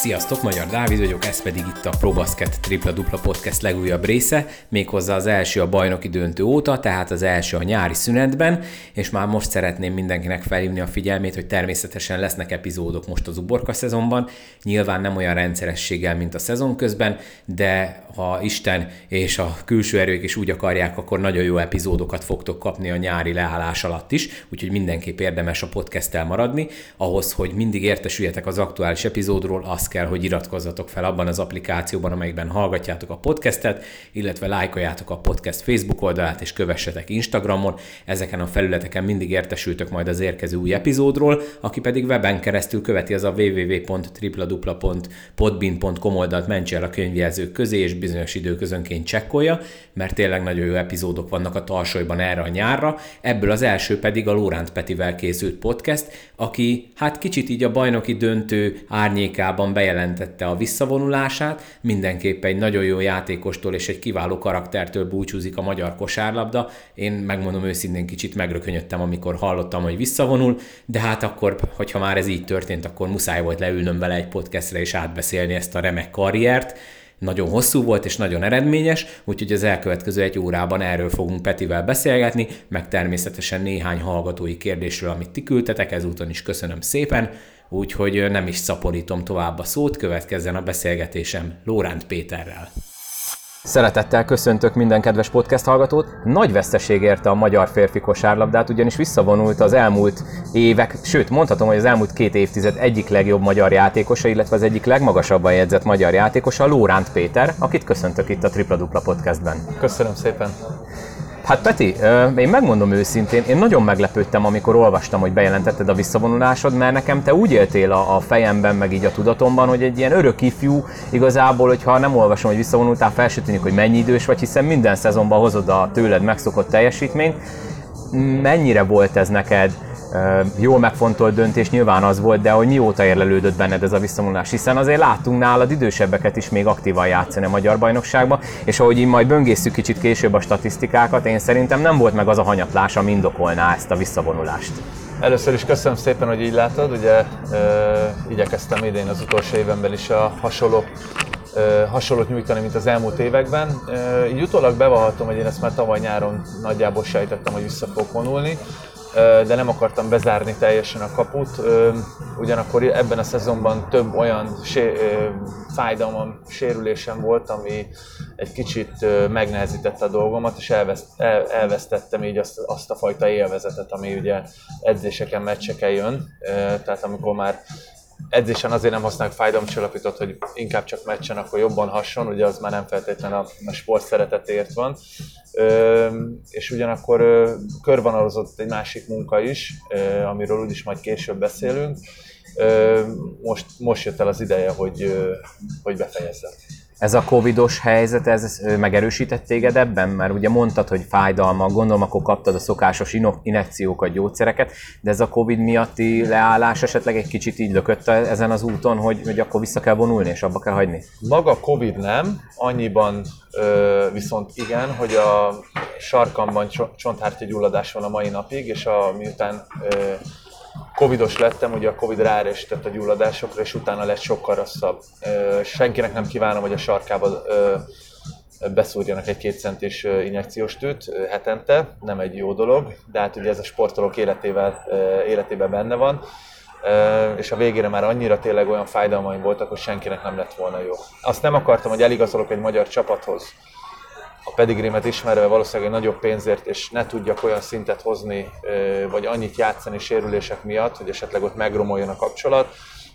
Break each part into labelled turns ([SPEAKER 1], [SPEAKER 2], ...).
[SPEAKER 1] Sziasztok, Magyar Dávid vagyok, ez pedig itt a ProBasket Tripla Dupla Podcast legújabb része, méghozzá az első a bajnoki döntő óta, tehát az első a nyári szünetben, és már most szeretném mindenkinek felhívni a figyelmét, hogy természetesen lesznek epizódok most az uborka szezonban, nyilván nem olyan rendszerességgel, mint a szezon közben, de ha Isten és a külső erők is úgy akarják, akkor nagyon jó epizódokat fogtok kapni a nyári leállás alatt is, úgyhogy mindenképp érdemes a podcasttel maradni. Ahhoz, hogy mindig értesüljetek az aktuális epizódról, az kell, hogy iratkozzatok fel abban az applikációban, amelyikben hallgatjátok a podcastet, illetve lájkoljátok a podcast Facebook oldalát, és kövessetek Instagramon. Ezeken a felületeken mindig értesültök majd az érkező új epizódról, aki pedig weben keresztül követi, az a www.tripladupla.podbean.com oldalt mentse el a könyvjelzők közé, és bizonyos időközönként csekkolja, mert tényleg nagyon jó epizódok vannak a tarsolyban erre a nyárra. Ebből az első pedig a Lóránt Petivel készült podcast, aki hát kicsit így a bajnoki döntő árnyékában bejelentette a visszavonulását, mindenképp egy nagyon jó játékostól és egy kiváló karaktertől búcsúzik a magyar kosárlabda. Én megmondom őszintén, kicsit megrökönyödtem, amikor hallottam, hogy visszavonul, de hát akkor, hogyha már ez így történt, akkor muszáj volt leülnöm vele egy podcastre és átbeszélni ezt a remek karriert. Nagyon hosszú volt és nagyon eredményes, úgyhogy az elkövetkező egy órában erről fogunk Petivel beszélgetni, meg természetesen néhány hallgatói kérdésről, amit ti küldtetek, ezúton is köszönöm szépen, úgyhogy nem is szaporítom tovább a szót, következzen a beszélgetésem Lóránt Péterrel. Szeretettel köszöntök minden kedves podcast hallgatót. Nagy veszteség érte a magyar férfi kosárlabdát, ugyanis visszavonult az elmúlt évek, sőt mondhatom, hogy az elmúlt 2 évtized egyik legjobb magyar játékosa, illetve az egyik legmagasabban jegyzett magyar játékosa, Lóránt Péter, akit köszöntök itt a Tripla Dupla Podcastben.
[SPEAKER 2] Köszönöm szépen.
[SPEAKER 1] Hát Peti, én megmondom őszintén, én nagyon meglepődtem, amikor olvastam, hogy bejelentetted a visszavonulásod, mert nekem te úgy éltél a fejemben, meg így a tudatomban, hogy egy ilyen örök ifjú, igazából, hogyha nem olvasom, hogy visszavonultál, fel se tűnik, hogy mennyi idős vagy, hiszen minden szezonban hozod a tőled megszokott teljesítményt. Mennyire volt ez neked jól megfontolt döntés, nyilván az volt, de hogy mióta érlelődött benned ez a visszavonulás, hiszen azért láttunk nálad idősebbeket is még aktívan játszani a magyar bajnokságban, és ahogy így majd böngészünk kicsit később a statisztikákat, én szerintem nem volt meg az a hanyatlás, ami indokolná ezt a visszavonulást.
[SPEAKER 2] Először is köszönöm szépen, hogy így látod, ugye igyekeztem idén az utolsó évenben is a hasonlót nyújtani, mint az elmúlt években. Így utólag bevallhatom, hogy én ezt már tavaly nyáron nagyjából sejtettem, hogy vissza fogok vonulni, de nem akartam bezárni teljesen a kaput. Ugyanakkor ebben a szezonban több olyan fájdalmam, sérülésem volt, ami egy kicsit megnehezítette a dolgomat, és elvesztettem így azt a fajta élvezetet, ami ugye edzéseken, meccseken jön. Tehát amikor már edzésen azért nem használok fájdalomcsillapítót, hogy inkább csak meccsen, akkor jobban hasson, ugye az már nem feltétlenül a sport szeretetéért van. És ugyanakkor körvonalazott egy másik munka is, amiről úgyis majd később beszélünk. Most jött el az ideje, hogy befejezzem.
[SPEAKER 1] Ez a covidos helyzet, ez megerősített téged ebben? Mert ugye mondtad, hogy fájdalmak, gondolom, akkor kaptad a szokásos injekciókat, gyógyszereket, de ez a covid miatti leállás esetleg egy kicsit így lökött ezen az úton, hogy akkor vissza kell vonulni és abba kell hagyni?
[SPEAKER 2] Maga a covid nem, annyiban viszont igen, hogy a sarkamban csonthártyagyulladás van a mai napig, és miután covidos lettem, ugye a covid ráerősített a gyulladásokra, és utána lett sokkal rosszabb. Senkinek nem kívánom, hogy a sarkába beszúrjanak egy 2 centis injekciós tűt hetente, nem egy jó dolog, de hát ugye ez a sportolók életében benne van, és a végére már annyira tényleg olyan fájdalmaim voltak, hogy senkinek nem lett volna jó. Azt nem akartam, hogy eligazolok egy magyar csapathoz, a pedigrémet ismerve valószínűleg egy nagyobb pénzért, és ne tudjak olyan szintet hozni, vagy annyit játszani sérülések miatt, hogy esetleg ott megromoljon a kapcsolat.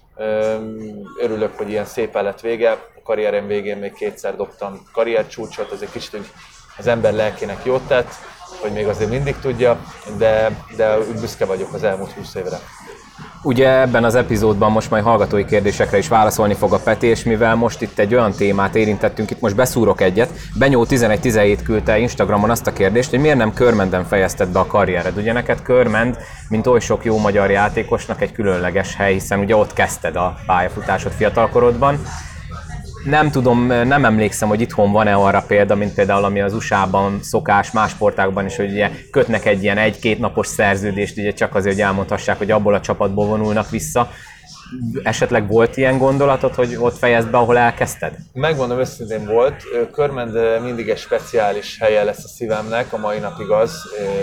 [SPEAKER 2] Örülök, hogy ilyen szépen lett vége. A karrierem végén még 2-szer dobtam karriercsúcsot, ez egy kicsit az ember lelkének jót tett, hogy még azért mindig tudja, de büszke vagyok az elmúlt 20 évre.
[SPEAKER 1] Ugye ebben az epizódban most majd hallgatói kérdésekre is válaszolni fog a Peti, és mivel most itt egy olyan témát érintettünk, itt most beszúrok egyet. Benyó 1117 küldte Instagramon azt a kérdést, hogy miért nem Körmenden fejezted be a karriered. Ugye neked Körmend, mint oly sok jó magyar játékosnak egy különleges hely, hiszen ugye ott kezdted a pályafutásod fiatalkorodban. Nem tudom, nem emlékszem, hogy itthon van-e arra példa, mint például ami az USA-ban szokás, más sportágban is, hogy ugye kötnek egy ilyen 1-2 napos szerződést, ugye csak azért, hogy elmondhassák, hogy abból a csapatból vonulnak vissza. esetleg volt ilyen gondolatod, hogy ott fejezd be, ahol elkezdted?
[SPEAKER 2] Megmondom őszintén volt. Körmend mindig egy speciális helye lesz a szívemnek, a mai napig az.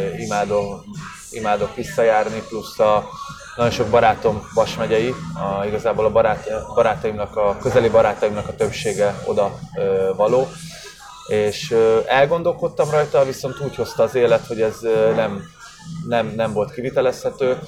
[SPEAKER 2] Imádok visszajárni, plusz nagyon sok barátom Vas megyei, igazából a barátaimnak, a közeli barátaimnak a többsége oda való. És elgondolkodtam rajta, viszont úgy hozta az élet, hogy ez nem volt kivitelezhető.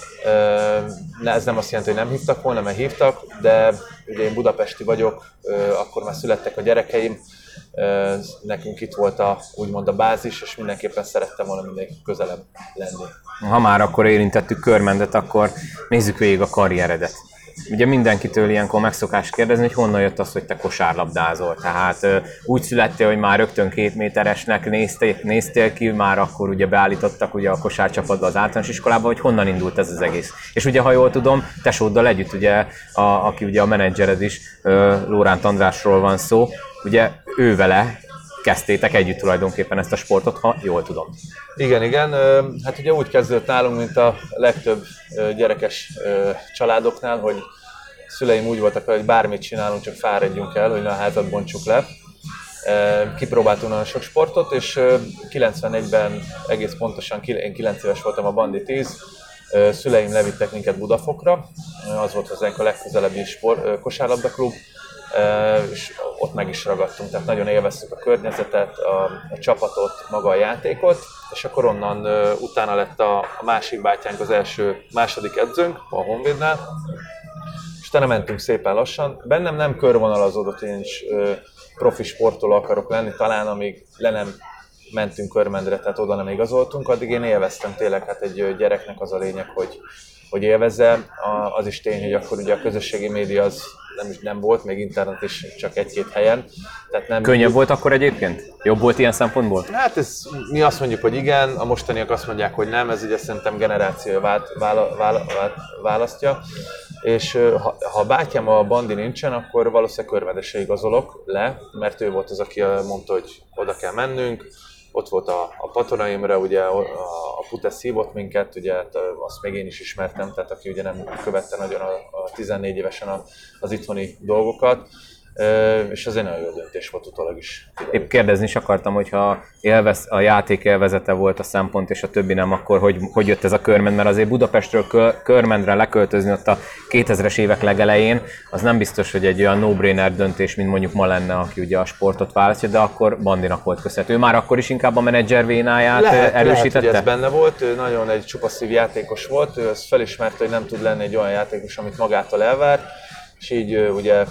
[SPEAKER 2] Ez nem azt jelenti, hogy nem hívtak volna, mert hívtak, de ugye én budapesti vagyok, akkor már születtek a gyerekeim, nekünk itt volt úgymond a bázis, és mindenképpen szerettem volna mindenki közelebb lenni.
[SPEAKER 1] Ha már akkor érintettük Körmendet, akkor nézzük végig a karrieredet. Ugye mindenkitől ilyenkor megszokás kérdezni, hogy honnan jött az, hogy te kosárlabdázol. Tehát úgy születtél, hogy már rögtön 2 méteresnek néztél ki, már akkor ugye beállítottak ugye a kosárcsapatba az általános iskolába, hogy honnan indult ez az egész. És ugye, ha jól tudom, tesóddal együtt, ugye, aki ugye a menedzsered is, Lóránt Andrásról van szó, ugye ő vele kezdtétek együtt tulajdonképpen ezt a sportot, ha jól tudom.
[SPEAKER 2] Igen. Hát ugye úgy kezdődött nálunk, mint a legtöbb gyerekes családoknál, hogy szüleim úgy voltak, hogy bármit csinálunk, csak fáradjunk el, hogy a házat bontsuk le. Kipróbáltunk nagyon sok sportot, és 91-ben egész pontosan, én 9 éves voltam, a Bandi 10, szüleim levittek minket Budafokra, az volt hozzánk a legközelebbi kosárlabdaklub, és ott meg is ragadtunk, tehát nagyon élveztük a környezetet, a csapatot, maga a játékot, és akkor onnan utána lett a másik bátyánk az második edzőnk, a Honvédnál, és utána mentünk szépen lassan. Bennem nem körvonalazódott, hogy én is profi sportoló akarok lenni, talán amíg le nem mentünk Körmendre, tehát oda nem igazoltunk, addig én élveztem tényleg, hát egy gyereknek az a lényeg, hogy élvezze. Az is tény, hogy akkor ugye a közösségi média az nem volt, még internet is csak 1-2 helyen. Tehát nem
[SPEAKER 1] könnyebb volt akkor egyébként? Jobb volt ilyen szempontból?
[SPEAKER 2] Hát mi azt mondjuk, hogy igen, a mostaniak azt mondják, hogy nem, ez ugye szerintem generáció választja. És ha a bátyám a Bandi nincsen, akkor valószínűleg Körmedesre igazolok le, mert ő volt az, aki mondta, hogy oda kell mennünk. Ott volt a Patona Imre, ugye a Putesz hívott minket, ugye azt még én is ismertem, tehát aki ugye nem követte nagyon a 14 évesen az itthoni dolgokat, és az egy nagyon jó döntés volt utólag is.
[SPEAKER 1] Épp kérdezni is akartam, hogyha a játék élvezete volt a szempont, és a többi nem, akkor hogy jött ez a Körmend, mert azért Budapestről Körmendre leköltözni ott a 2000-es évek legelején, az nem biztos, hogy egy olyan no-brainer döntés, mint mondjuk ma lenne, aki ugye a sportot választja, de akkor Bandinak volt köszönhető. Ő már akkor is inkább a menedzser vénáját erősítette?
[SPEAKER 2] Lehet, hogy ez benne volt, ő nagyon egy csupaszív játékos volt, ő azt felismerte, hogy nem tud lenni egy olyan játékos, amit magától elvár, és így ugye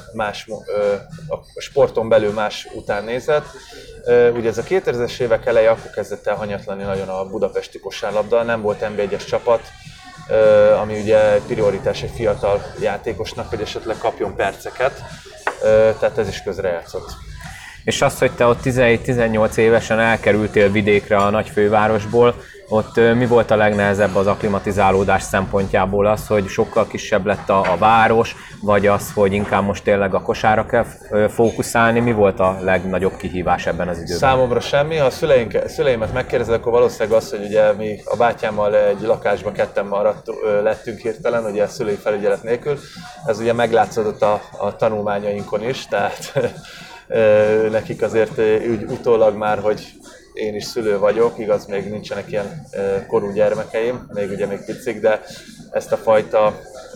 [SPEAKER 2] a sporton belül más után nézett. Ugye ez a 2000-es évek eleje, akkor kezdett el hanyatlani nagyon a budapesti kosárlabda, nem volt NB1-es csapat, ami ugye prioritás egy fiatal játékosnak, hogy esetleg kapjon perceket, tehát ez is közrejátszott.
[SPEAKER 1] És az, hogy te ott 17-18 évesen elkerültél vidékre a nagyfővárosból, ott mi volt a legnehezebb az akklimatizálódás szempontjából? Az, hogy sokkal kisebb lett a város, vagy az, hogy inkább most tényleg a kosárra kell fókuszálni? Mi volt a legnagyobb kihívás ebben az időben?
[SPEAKER 2] Számomra semmi. Ha a szüleimet megkérdezed, akkor valószínűleg az, hogy ugye mi a bátyámmal egy lakásban ketten lettünk hirtelen, ugye a szülői felügyelet nélkül. Ez ugye meglátszódott a tanulmányainkon is, tehát nekik azért úgy utólag már, hogy én is szülő vagyok, igaz, még nincsenek ilyen korú gyermekeim, még picik, de ezt a fajta,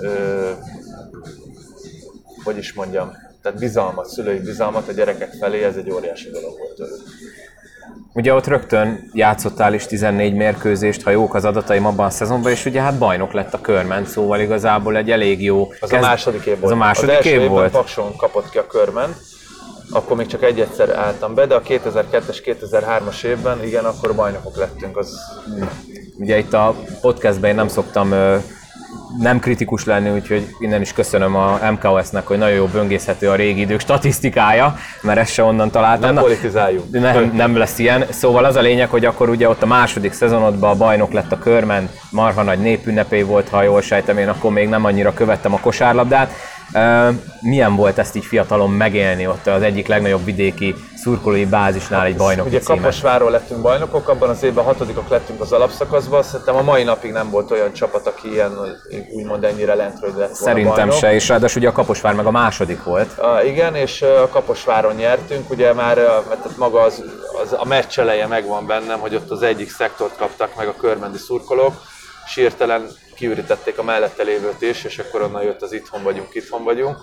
[SPEAKER 2] hogy is mondjam, tehát bizalmat, szülői bizalmat a gyerekek felé, ez egy óriási dolog volt tőlük.
[SPEAKER 1] Ugye ott rögtön játszottál is 14 mérkőzést, ha jók az adataim abban a szezonban, és ugye hát bajnok lett a Körmend, szóval igazából egy elég jó...
[SPEAKER 2] Az a második év volt.
[SPEAKER 1] Az a második év volt?
[SPEAKER 2] Pakson kapott ki a Körmend, akkor még csak egyszer álltam be, de a 2002-es, 2003-as évben, igen, akkor bajnokok lettünk.
[SPEAKER 1] Ugye itt a podcastben én nem szoktam nem kritikus lenni, úgyhogy innen is köszönöm a MKOS-nek, hogy nagyon jó böngészhető a régi idők statisztikája, mert ezt se onnan találtam.
[SPEAKER 2] Nem politizáljuk.
[SPEAKER 1] Nem lesz ilyen. Szóval az a lényeg, hogy akkor ugye ott a második szezonodban a bajnok lett a Körmend, marha nagy népünnepé volt, ha jól sejtem, én akkor még nem annyira követtem a kosárlabdát, Milyen volt ezt így fiatalon megélni ott az egyik legnagyobb vidéki szurkolói bázisnál egy bajnoki
[SPEAKER 2] Ugye
[SPEAKER 1] címet?
[SPEAKER 2] Kaposvárról lettünk bajnokok, abban az évben 6-ok lettünk az alapszakaszban, szerintem a mai napig nem volt olyan csapat, aki ilyen, úgymond ennyire lentről lett volna
[SPEAKER 1] Szerintem
[SPEAKER 2] bajnok.
[SPEAKER 1] se, és ráadásul ugye a Kaposvár meg a második volt.
[SPEAKER 2] Igen, és a Kaposváron nyertünk, ugye már mert maga a meccs eleje megvan bennem, hogy ott az egyik szektort kaptak meg a körmendi szurkolók, és hirtelen kiürítették a mellette lévőt is, és akkor onnan jött az itthon vagyunk.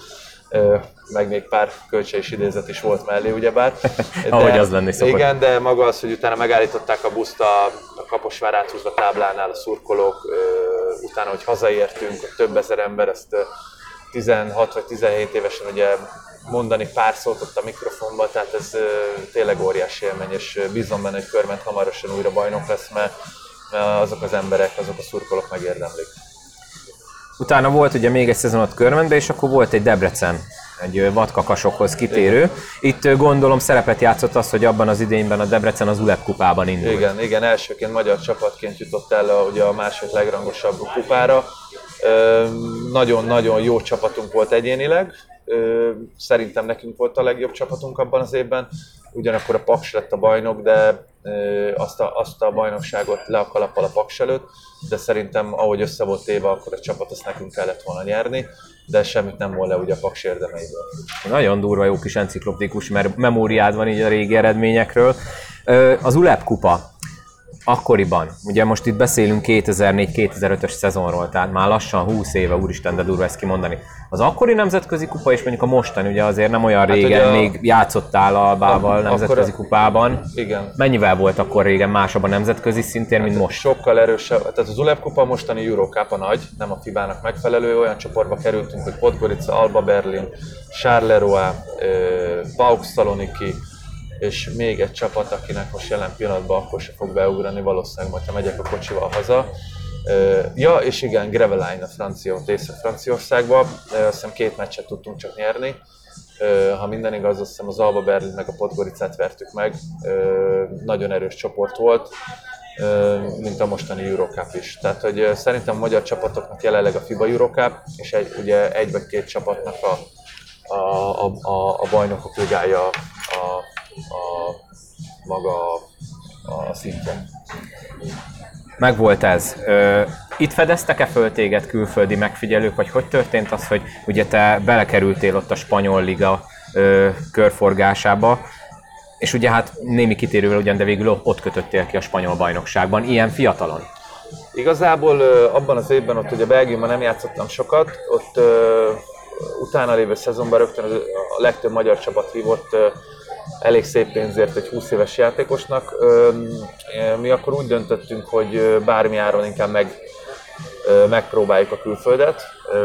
[SPEAKER 2] Meg még pár kölcsei idézet is volt mellé, ugyebár.
[SPEAKER 1] Ahogy az lenni szokott.
[SPEAKER 2] Igen, de maga az, hogy utána megállították a buszt a Kaposvár áthúzva táblánál a szurkolók, utána, hogy hazaértünk, több ezer ember, ezt 16 vagy 17 évesen ugye mondani pár szót ott a mikrofonba, tehát ez tényleg óriási élmény, és bízom benne, hogy Körment hamarosan újra bajnok lesz, mert azok az emberek, azok a szurkolók megérdemlik.
[SPEAKER 1] Utána volt ugye még egy szezonot Körmentben, és akkor volt egy Debrecen, egy vadkakasokhoz kitérő. Itt gondolom szerepet játszott az, hogy abban az idényben a Debrecen az ULEP kupában indult.
[SPEAKER 2] Igen, elsőként magyar csapatként jutott el ugye a második legrangosabb kupára. Nagyon-nagyon jó csapatunk volt egyénileg. Szerintem nekünk volt a legjobb csapatunk abban az évben. Ugyanakkor a Paks lett a bajnok, de azt a bajnokságot le a kalappal a Paks előtt, de szerintem ahogy össze volt téve, akkor a csapat azt nekünk kellett volna nyerni, de semmit nem volt le ugye a Paks érdemeiből.
[SPEAKER 1] Nagyon durva, jó kis encikloptikus memóriád van így a régi eredményekről. Az ULEP kupa akkoriban, ugye most itt beszélünk 2004-2005-ös szezonról, tehát már lassan 20 éve, úristen, de durva ezt kimondani. Az akkori nemzetközi kupa és mondjuk a mostani, ugye azért nem olyan régen, még játszottál Albával nemzetközi kupában.
[SPEAKER 2] Igen.
[SPEAKER 1] Mennyivel volt akkor régen másabb a nemzetközi szintén, mint most?
[SPEAKER 2] Sokkal erősebb, tehát az ULEP kupa mostani Eurocup a nagy, nem a FIBA-nak megfelelő, olyan csoportba kerültünk, hogy Podgorica, Alba Berlin, Charleroi, PAOK Szaloniki, és még egy csapat, akinek most jelen pillanatban akkor se fog beugrani, valószínűleg majd, ha megyek a kocsival haza. Ja, és igen, Gravelines a francia, Észak-Franciaországban, azt hiszem 2 meccset tudtunk csak nyerni. Ha minden igaz, azt hiszem az Alba Berlin meg a Podgoricát vertük meg. Nagyon erős csoport volt, mint a mostani Eurocup is. Tehát, hogy szerintem a magyar csapatoknak jelenleg a FIBA Eurocup, és ugye egy vagy 2 csapatnak a bajnokok ligája maga a szintje.
[SPEAKER 1] Megvolt ez. Itt fedeztek-e föl téged külföldi megfigyelők, vagy hogy történt az, hogy ugye te belekerültél ott a spanyol liga körforgásába, és ugye hát némi kitérővel ugyan, de végül ott kötöttél ki a spanyol bajnokságban, ilyen fiatalon?
[SPEAKER 2] Igazából abban az évben ott ugye Belgiumban nem játszottam sokat, ott utána lévő szezonban rögtön a legtöbb magyar csapat hívott elég szép pénzért egy 20 éves játékosnak. Mi akkor úgy döntöttünk, hogy bármi áron inkább megpróbáljuk a külföldet.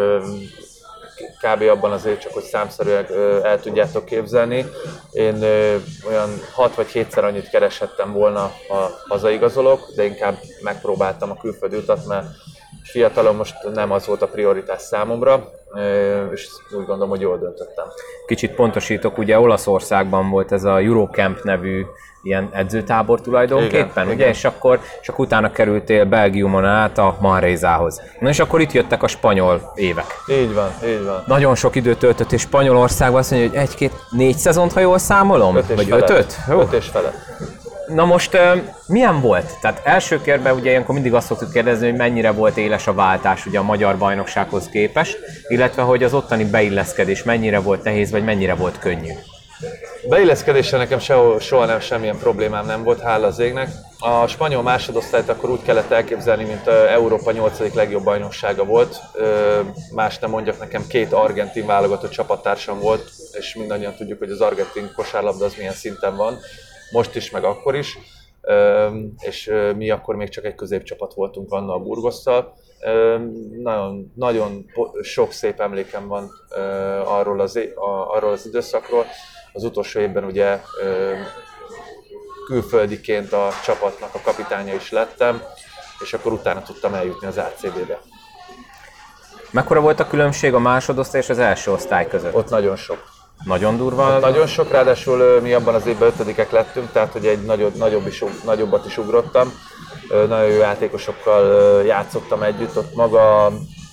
[SPEAKER 2] Kb. Abban azért csak, hogy számszerűen el tudjátok képzelni. Én olyan 6 vagy 7-szer annyit kereshettem volna, ha hazaigazolok, de inkább megpróbáltam a külföldi utat, mert fiatalon most nem az volt a prioritás számomra, és úgy gondolom, hogy jól döntöttem.
[SPEAKER 1] Kicsit pontosítok, ugye Olaszországban volt ez a Eurocamp nevű ilyen edzőtábor tulajdonképpen,
[SPEAKER 2] igen,
[SPEAKER 1] ugye?
[SPEAKER 2] igen.
[SPEAKER 1] És akkor utána kerültél Belgiumon át a Manresához. Na és akkor itt jöttek a spanyol évek.
[SPEAKER 2] Így van, így van.
[SPEAKER 1] Nagyon sok időt töltöttél Spanyolországban, azt mondja, hogy 1-2-4 szezont, ha jól számolom?
[SPEAKER 2] 5 és
[SPEAKER 1] Vagy
[SPEAKER 2] felett.
[SPEAKER 1] 5-öt?
[SPEAKER 2] 5 és felett.
[SPEAKER 1] Na most milyen volt? Tehát első körben ugye ilyenkor mindig azt szoktuk kérdezni, hogy mennyire volt éles a váltás ugye a magyar bajnoksághoz képest, illetve hogy az ottani beilleszkedés mennyire volt nehéz, vagy mennyire volt könnyű.
[SPEAKER 2] Beilleszkedéssel nekem soha nem semmilyen problémám nem volt, hála az égnek. A spanyol másodosztályt akkor úgy kellett elképzelni, mint Európa 8. legjobb bajnoksága volt. Más nem mondjak, nekem 2 argentin válogatott csapattársam volt, és mindannyian tudjuk, hogy az argentin kosárlabda az milyen szinten van. Most is, meg akkor is. És mi akkor még csak egy középcsapat voltunk Anna a Burgosszal. Nagyon, nagyon sok szép emlékem van arról az időszakról. Az utolsó évben ugye külföldiként a csapatnak a kapitánya is lettem, és akkor utána tudtam eljutni az ACB-be.
[SPEAKER 1] Mekkora volt a különbség a másodosztály és az első osztály között?
[SPEAKER 2] Ott nagyon sok.
[SPEAKER 1] Nagyon durva?
[SPEAKER 2] Ott nagyon sok, ráadásul mi abban az évben 5-ek lettünk, tehát hogy egy nagyobbat is ugrottam. Nagyon jó játékosokkal játszottam együtt, ott maga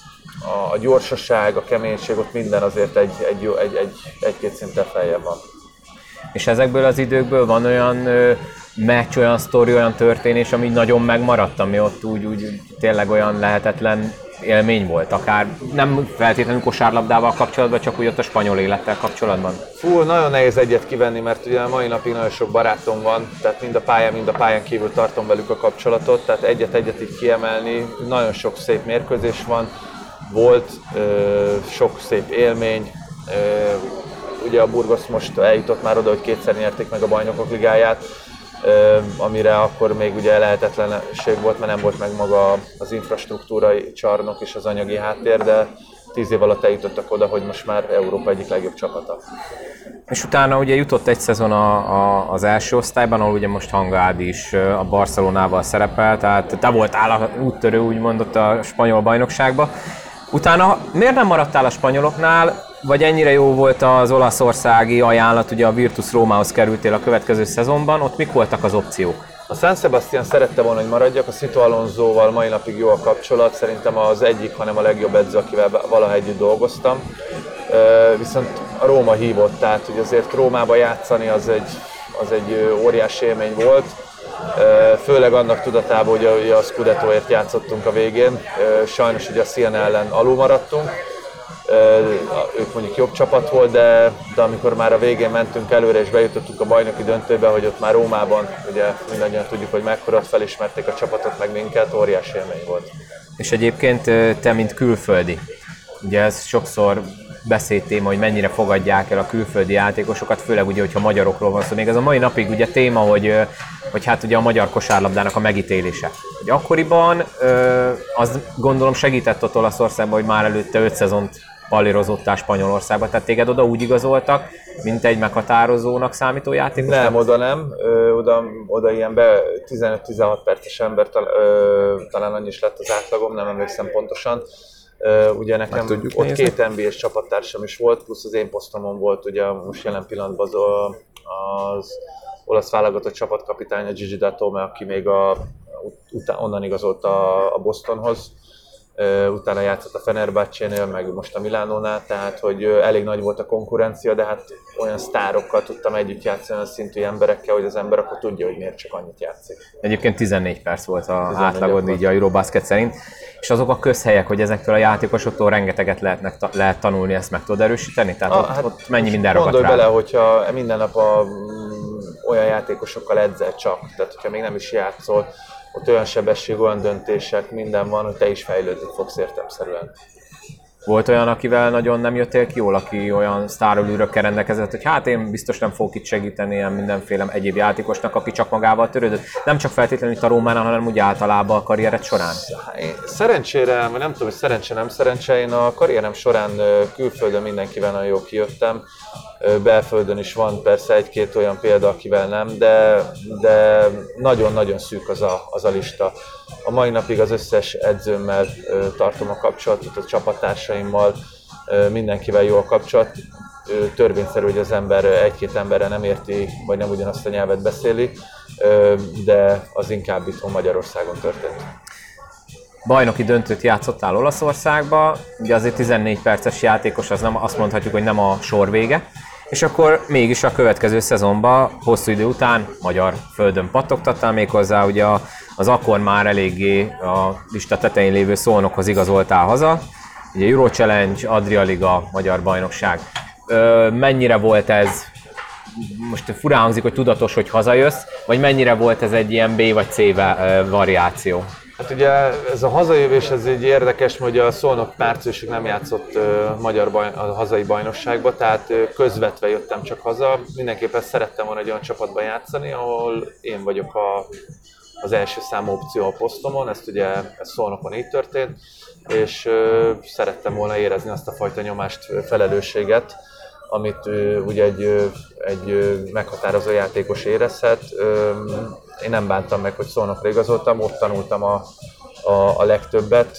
[SPEAKER 2] a gyorsaság, a keménység, ott minden azért egy-két szinten feljebb van.
[SPEAKER 1] És ezekből az időkből van olyan meccs, olyan sztori, olyan történés, ami nagyon megmaradt, ami ott úgy tényleg olyan lehetetlen élmény volt, akár nem feltétlenül kosárlabdával kapcsolatban, csak úgy ott a spanyol élettel kapcsolatban?
[SPEAKER 2] Fú, nagyon nehéz egyet kivenni, mert ugye a mai napig nagyon sok barátom van, tehát mind a pályán kívül tartom velük a kapcsolatot, tehát egyet így kiemelni, nagyon sok szép mérkőzés van, volt sok szép élmény, ugye a Burgos most eljutott már oda, hogy kétszer nyerték meg a Bajnokok Ligáját, amire akkor még ugye lehetetlenség volt, mert nem volt meg maga az infrastruktúrai csarnok és az anyagi háttér, de 10 év alatt eljutottak oda, hogy most már Európa egyik legjobb csapata.
[SPEAKER 1] És utána ugye jutott egy szezon az első osztályban, ahol ugye most Hangád is a Barcelonával szerepel, tehát te voltál úttörő úgymond ott a spanyol bajnokságban. Utána miért nem maradtál a spanyoloknál, vagy ennyire jó volt az olaszországi ajánlat, ugye a Virtus Rómához kerültél a következő szezonban, ott mik voltak az opciók?
[SPEAKER 2] A San Sebastián szerette volna, hogy maradjak, a Sito Alonsoval mai napig jó a kapcsolat, szerintem az egyik, hanem a legjobb edző, akivel valaha együtt dolgoztam. Viszont a Róma hívott, tehát hogy azért Rómába játszani az egy óriási élmény volt. Főleg annak tudatában, hogy a Scudettóért játszottunk a végén, sajnos ugye a Siena ellen alul maradtunk. Ők mondjuk jobb csapat volt, de amikor már a végén mentünk előre és bejutottunk a bajnoki döntőbe, hogy ott már Rómában, ugye mindannyian tudjuk, hogy mekkora felismerték a csapatot meg minket, óriási élmény volt.
[SPEAKER 1] És egyébként te, mint külföldi, ugye ez sokszor beszédtéma, hogy mennyire fogadják el a külföldi játékosokat, főleg ugye, hogyha magyarokról van szó. Még ez a mai napig ugye téma, hogy hát ugye a magyar kosárlabdának a megítélése. Hogy akkoriban az gondolom segített ott Olaszországban, hogy már előtte 5 szezont pallírozottál Spanyolországba, tehát téged oda úgy igazoltak, mint egy meghatározónak számító játékos?
[SPEAKER 2] Nem, oda nem. Oda ilyen 15-16 perces ember, talán annyi is lett az átlagom, nem emlékszem pontosan. Ugye nekem ott nézni. 2 NBA-s csapattársam is volt, plusz az én posztomon volt ugye most jelen pillanatban az olasz válogatott csapatkapitánya Gigi Datome, aki még onnan igazolt a Bostonhoz. Utána játszott a Fenerbahcénél, meg most a Milánónál, tehát hogy elég nagy volt a konkurencia, de hát olyan sztárokkal tudtam együtt játszani, olyan szintű emberekkel, hogy az ember akkor tudja, hogy miért csak annyit játszik.
[SPEAKER 1] Egyébként 14 perc volt az átlagod így a Eurobasket szerint, és azok a közhelyek, hogy ezektől a játékosoktól rengeteget lehet tanulni, ezt meg tudod erősíteni? Tehát ott mennyi minden ragadt rá?
[SPEAKER 2] Gondolj bele, hogyha minden nap olyan játékosokkal edzel csak, tehát hogyha még nem is játszol, ott olyan sebesség, olyan döntések, minden van, hogy te is fejlődni fogsz értelemszerűen.
[SPEAKER 1] Volt olyan, akivel nagyon nem jöttél ki jól, aki olyan sztárölőrökkel rendelkezett, hogy hát én biztos nem fogok itt segíteni ilyen mindenféle egyéb játékosnak, aki csak magával törődött. Nem csak feltétlenül itt a Rómánál, hanem úgy általában a karriered során.
[SPEAKER 2] Szerencsére, vagy nem tudom, hogy szerencse, nem szerencse, én a karrierem során külföldön mindenkivel nagyon jól kijöttem. Belföldön is van persze egy-két olyan példa, akivel nem, de nagyon-nagyon szűk az a lista. A mai napig az összes edzőmmel tartom a kapcsolatot, a csapattársaimmal, mindenkivel jó a kapcsolat. Törvényszerű, hogy az ember egy-két emberre nem érti, vagy nem ugyanazt a nyelvet beszéli, de az inkább itthon Magyarországon történt.
[SPEAKER 1] Bajnoki döntőt játszottál Olaszországba, ugye azért 14 perces játékos, az nem, azt mondhatjuk, hogy nem a sor vége. És akkor mégis a következő szezonban, hosszú idő után magyar földön pattogtattál, méghozzá ugye az akkor már eléggé a lista tetején lévő Szolnokhoz igazoltál haza. Ugye Euro Challenge, Adria Liga, Magyar Bajnokság. Mennyire volt ez, most furán hangzik, hogy tudatos, hogy hazajössz, vagy mennyire volt ez egy ilyen B vagy C variáció?
[SPEAKER 2] Hát ugye ez a hazajövés ez egy érdekes, hogy a Szolnok márciusig nem játszott a hazai bajnokságba, tehát közvetve jöttem csak haza. Mindenképpen szerettem volna egy olyan csapatban játszani, ahol én vagyok az első számú opció a posztomon, ez Szolnokon így történt, és szerettem volna érezni azt a fajta nyomást, felelősséget, amit ugye egy meghatározó játékos érezhet. Én nem bántam meg, hogy Szolnokra igazoltam, ott tanultam a legtöbbet,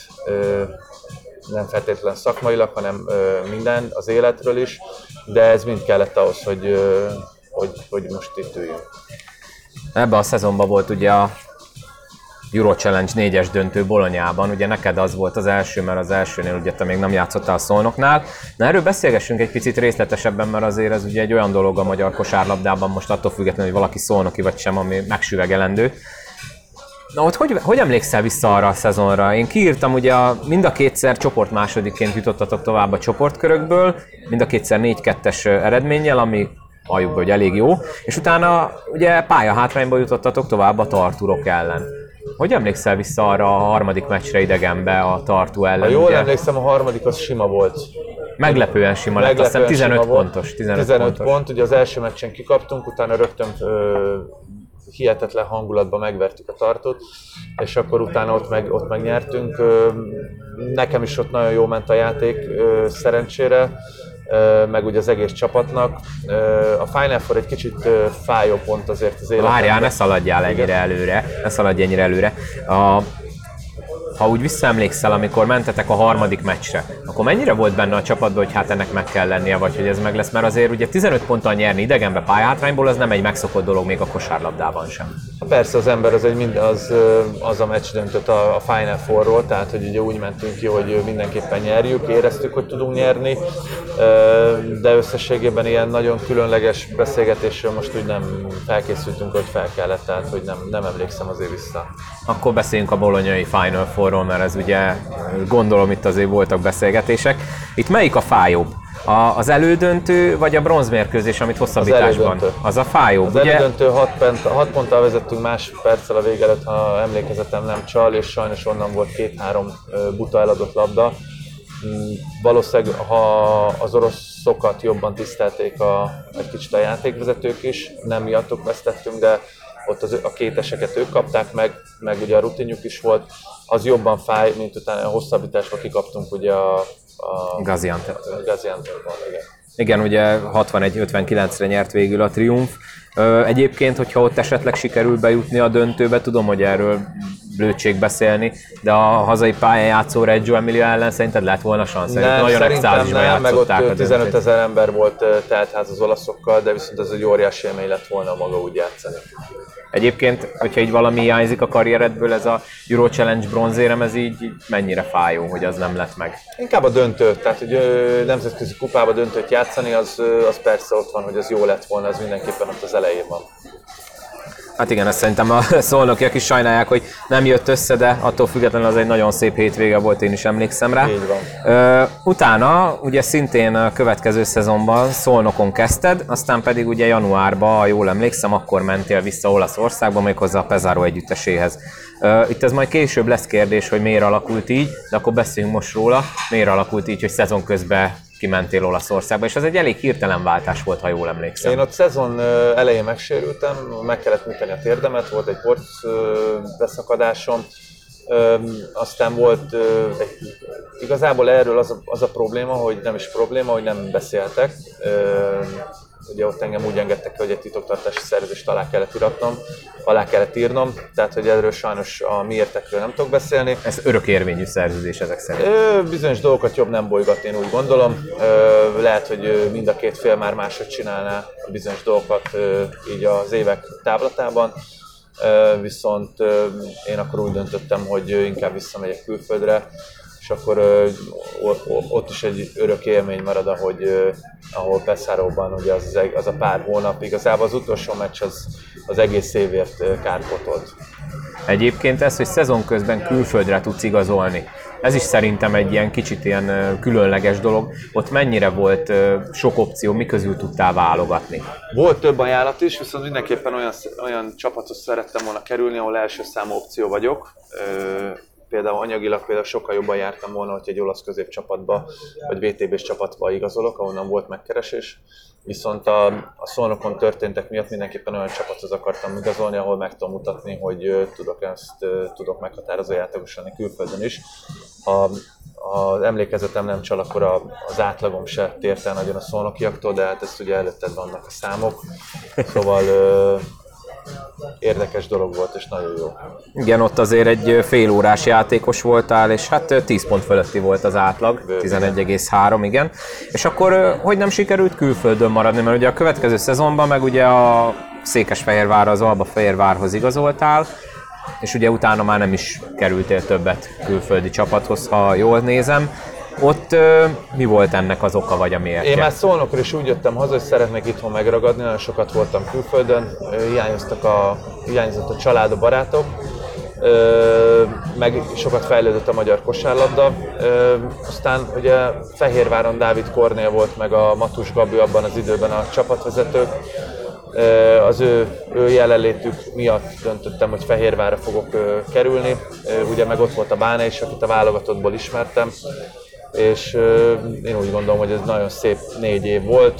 [SPEAKER 2] nem feltétlenül szakmailag, hanem minden, az életről is, de ez mind kellett ahhoz, hogy most itt üljünk.
[SPEAKER 1] Ebben a szezonban volt ugye Euro Challenge 4-es döntő Bolonyában. Ugye neked az volt az első, mert az elsőnél ugye te még nem játszottál a Szolnoknál. Na erről beszélgessünk egy picit részletesebben, mert azért ez ugye egy olyan dolog a magyar kosárlabdában, most attól függetlenül, hogy valaki szolnoki vagy sem, ami megsüvegelendő. Na ott hogy emlékszel vissza arra a szezonra? Én kiírtam, ugye mind a kétszer csoportmásodikként jutottatok tovább a csoportkörökből, mind a kétszer 4-2-es eredménnyel, ami halljuk be, hogy elég jó, és utána ugye pályahátrányba jutottatok tovább a Tarturok ellen. Hogy emlékszel vissza arra a harmadik meccsre idegenbe a Tartu ellen?
[SPEAKER 2] Ha jól
[SPEAKER 1] ugye?
[SPEAKER 2] emlékszem, a harmadik az sima volt.
[SPEAKER 1] Meglepően sima lett, azt hiszem 15 pontos.
[SPEAKER 2] 15 pont, ugye az első meccsen kikaptunk, utána rögtön hihetetlen hangulatban megvertük a Tartut, és akkor utána ott meg nyertünk. Nekem is ott nagyon jó ment a játék, szerencsére, meg ugye az egész csapatnak. A Final Four egy kicsit fájó pont azért az életemben.
[SPEAKER 1] Várjál, ne szaladjál ennyire előre, ne szaladj ennyire előre. Ha úgy visszaemlékszel, amikor mentetek a harmadik meccsre, akkor mennyire volt benne a csapatban, hogy hát ennek meg kell lennie, vagy hogy ez meg lesz? Mert azért ugye 15 ponttal nyerni idegenbe pályahátrányból, az nem egy megszokott dolog még a kosárlabdában sem.
[SPEAKER 2] Persze az ember az a meccs döntött a Final Fourról, tehát hogy ugye úgy mentünk ki, hogy mindenképpen nyerjük, éreztük, hogy tudunk nyerni, de összességében ilyen nagyon különleges beszélgetésről most úgy nem felkészültünk, hogy fel kellett, tehát hogy nem emlékszem azért vissza.
[SPEAKER 1] Akkor beszéljünk a bolonyai Final Fourról, mert ez ugye, gondolom itt azért voltak beszélgetések. Itt melyik a fájóbb? Az elődöntő, vagy a bronzmérkőzés, amit hosszabbításban? Az a fájóbb,
[SPEAKER 2] az
[SPEAKER 1] ugye?
[SPEAKER 2] elődöntő 6 ponttal vezettünk másodperccel a vége előtt, ha emlékezetem nem csal, és sajnos onnan volt 2-3 buta eladott labda. Valószínűleg, ha az oroszokat jobban tisztelték egy kicsit a játékvezetők is, nem miattuk vesztettünk, de ott a kéteseket ők kapták meg ugye a rutinjuk is volt, az jobban fáj, mint utána a hosszabbításba kikaptunk ugye a
[SPEAKER 1] Gazianteptől.
[SPEAKER 2] Igen.
[SPEAKER 1] Igen, ugye 61-59-re nyert végül a Triumf. Egyébként, hogyha ott esetleg sikerül bejutni a döntőbe, tudom, hogy erről blödség beszélni, de a hazai pályán játszó Reggio Emilia ellen szerinted lett volna szansz?
[SPEAKER 2] Nagyon extázisban játszották meg ott 15 000 ember volt teltház az olaszokkal, de viszont ez egy óriási élmény lett volna maga úgy játszani.
[SPEAKER 1] Egyébként, hogyha így valami hiányzik a karrieredből, ez a Euro Challenge bronzérem, ez így mennyire fájó, hogy az nem lett meg?
[SPEAKER 2] Inkább a döntő, tehát hogy nemzetközi kupába döntőt játszani, az persze ott van, hogy az jó lett volna, az mindenképpen ott az elején van.
[SPEAKER 1] Hát igen, ezt szerintem a szolnokiak is sajnálják, hogy nem jött össze, de attól függetlenül az egy nagyon szép hétvége volt, én is emlékszem rá.
[SPEAKER 2] Így van.
[SPEAKER 1] Utána, ugye szintén a következő szezonban Szolnokon kezdted, aztán pedig ugye januárban, ha jól emlékszem, akkor mentél vissza Olaszországba, méghozzá a Pesaro együtteséhez. Itt ez majd később lesz kérdés, hogy miért alakult így, de akkor beszéljünk most róla, miért alakult így, hogy szezon közben kimentél Olaszországba, és ez egy elég hirtelen váltás volt, ha jól emlékszem.
[SPEAKER 2] Én ott szezon elején megsérültem, meg kellett műteni a térdemet, volt egy porc beszakadásom, aztán volt igazából erről az a probléma, hogy nem is probléma, hogy nem beszéltek. Ugye ott engem úgy engedtek, hogy egy titoktartási szerződést alá kellett írnom, tehát hogy erről sajnos a mi értekről nem tudok beszélni.
[SPEAKER 1] Ez örökérvényű szerződés ezek szerint.
[SPEAKER 2] Bizonyos dolgokat jobb nem bolygatni, én úgy gondolom. Lehet, hogy mind a két fél már máshogy csinálná a bizonyos dolgokat így az évek távlatában. Viszont én akkor úgy döntöttem, hogy inkább visszamegyek külföldre, és akkor ott is egy örök élmény marad, ahol Pesaróban ugye az a pár hónap, igazából az utolsó meccs az egész évért kárpótolt.
[SPEAKER 1] Egyébként ez, hogy szezon közben külföldre tudsz igazolni, ez is szerintem egy ilyen kicsit ilyen különleges dolog. Ott mennyire volt sok opció, mi közül tudtál válogatni?
[SPEAKER 2] Volt több ajánlat is, viszont mindenképpen olyan csapathoz szerettem volna kerülni, ahol első számú opció vagyok. Például anyagilag sokkal jobban jártam volna, hogy egy olasz középcsapatba, vagy VTB-s csapatba igazolok, ahonnan volt megkeresés. Viszont a Szolnokon történtek miatt mindenképpen olyan csapathoz akartam igazolni, ahol meg tudom mutatni, hogy tudok meghatározó játékos lenni külföldön is. Ha az emlékezetem nem csal, akkor az átlagom se tért el nagyon a szolnokiaktól, de hát ezt ugye előtted vannak a számok. Szóval érdekes dolog volt, és nagyon jó.
[SPEAKER 1] Igen, ott azért egy félórás játékos voltál, és hát 10 pont fölötti volt az átlag, 11,3, igen. És akkor hogy nem sikerült külföldön maradni, mert ugye a következő szezonban meg ugye a Székesfehérvár, az Albafehérvárhoz igazoltál, és ugye utána már nem is kerültél többet külföldi csapathoz, ha jól nézem. Ott mi volt ennek az oka, vagy a miért?
[SPEAKER 2] Én már Szolnokról is úgy jöttem haza, hogy szeretnék itthon megragadni, nagyon sokat voltam külföldön, hiányzott a család, a barátok, meg sokat fejlődött a magyar kosárlabda. Aztán ugye Fehérváron Dávid Kornél volt, meg a Matus Gabi abban az időben a csapatvezetők. Az ő jelenlétük miatt döntöttem, hogy Fehérvárra fogok kerülni. Ugye meg ott volt a Bána is, akit a válogatottból ismertem. És én úgy gondolom, hogy ez nagyon szép 4 év volt.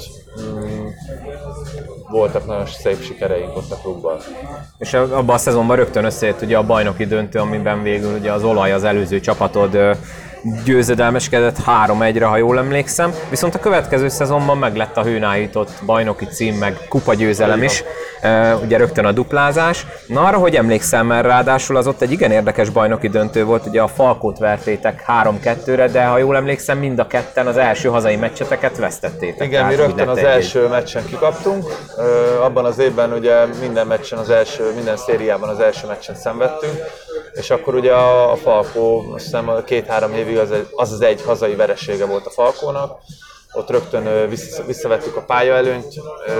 [SPEAKER 2] Voltak nagyon szép sikereink ott a klubban.
[SPEAKER 1] És abban a szezonban rögtön összejött ugye a bajnoki döntő, amiben végül ugye az Olaj, az előző csapatod győzedelmeskedett 3-1-re, ha jól emlékszem. Viszont a következő szezonban meglett a hőn állított bajnoki cím, meg kupagyőzelem is, ugye rögtön a duplázás. Na arra, hogy emlékszem, mert ráadásul az ott egy igen érdekes bajnoki döntő volt, ugye a Falkót vertétek 3-2-re, de ha jól emlékszem, mind a ketten az első hazai meccseteket vesztettétek.
[SPEAKER 2] Igen, mi rögtön az első meccsen kikaptunk. Abban az évben ugye minden szériában az első meccsen szenvedtünk, és akkor ugye a Falkó, azt hiszem 2-3 évig az egy hazai veresége volt a Falkónak. Ott rögtön visszavettük a pályaelőnyt.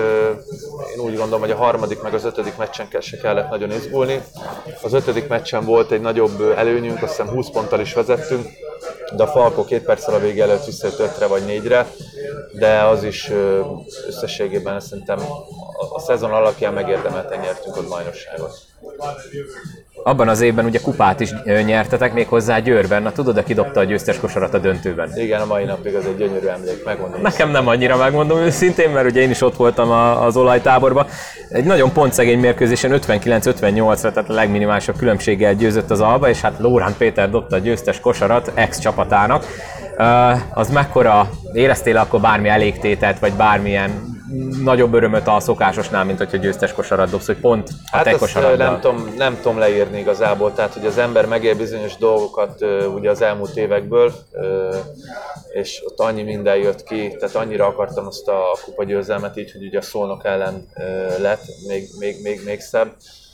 [SPEAKER 2] Én úgy gondolom, hogy a harmadik meg az 5. meccsen se kellett nagyon izgulni. Az 5. meccsen volt egy nagyobb előnyünk, azt hiszem 20 ponttal is vezettünk, de a Falkó 2 perccel a vége előtt visszajött 5-re vagy 4-re, de az is összességében szerintem a szezon alapján megérdemelten nyertünk ott bajnokságot.
[SPEAKER 1] Abban az évben ugye kupát is nyertetek, még hozzá Győrben. Na tudod, aki dobta a győztes kosarat a döntőben?
[SPEAKER 2] Igen, a mai napig az egy gyönyörű emlék, megmondom.
[SPEAKER 1] Nekem nem annyira, megmondom őszintén, mert ugye én is ott voltam az olajtáborban. Egy nagyon pontszegény mérkőzésen 59-58-ra, tehát a legminimálisabb különbséggel győzött az Alba, és hát Lóránt Péter dobta a győztes kosarat ex-csapatának. Az mekkora, éreztél akkor bármi elégtételt, vagy bármilyen nagyobb örömöt a szokásosnál, mint hogyha győztes kosarat dobsz, hogy pont a te kosaraddal?
[SPEAKER 2] Nem tudom leírni igazából, tehát hogy az ember megél bizonyos dolgokat ugye az elmúlt évekből, és ott annyi minden jött ki, tehát annyira akartam azt a kupagyőzelmet így, hogy ugye a Szolnok ellen lett még szebb,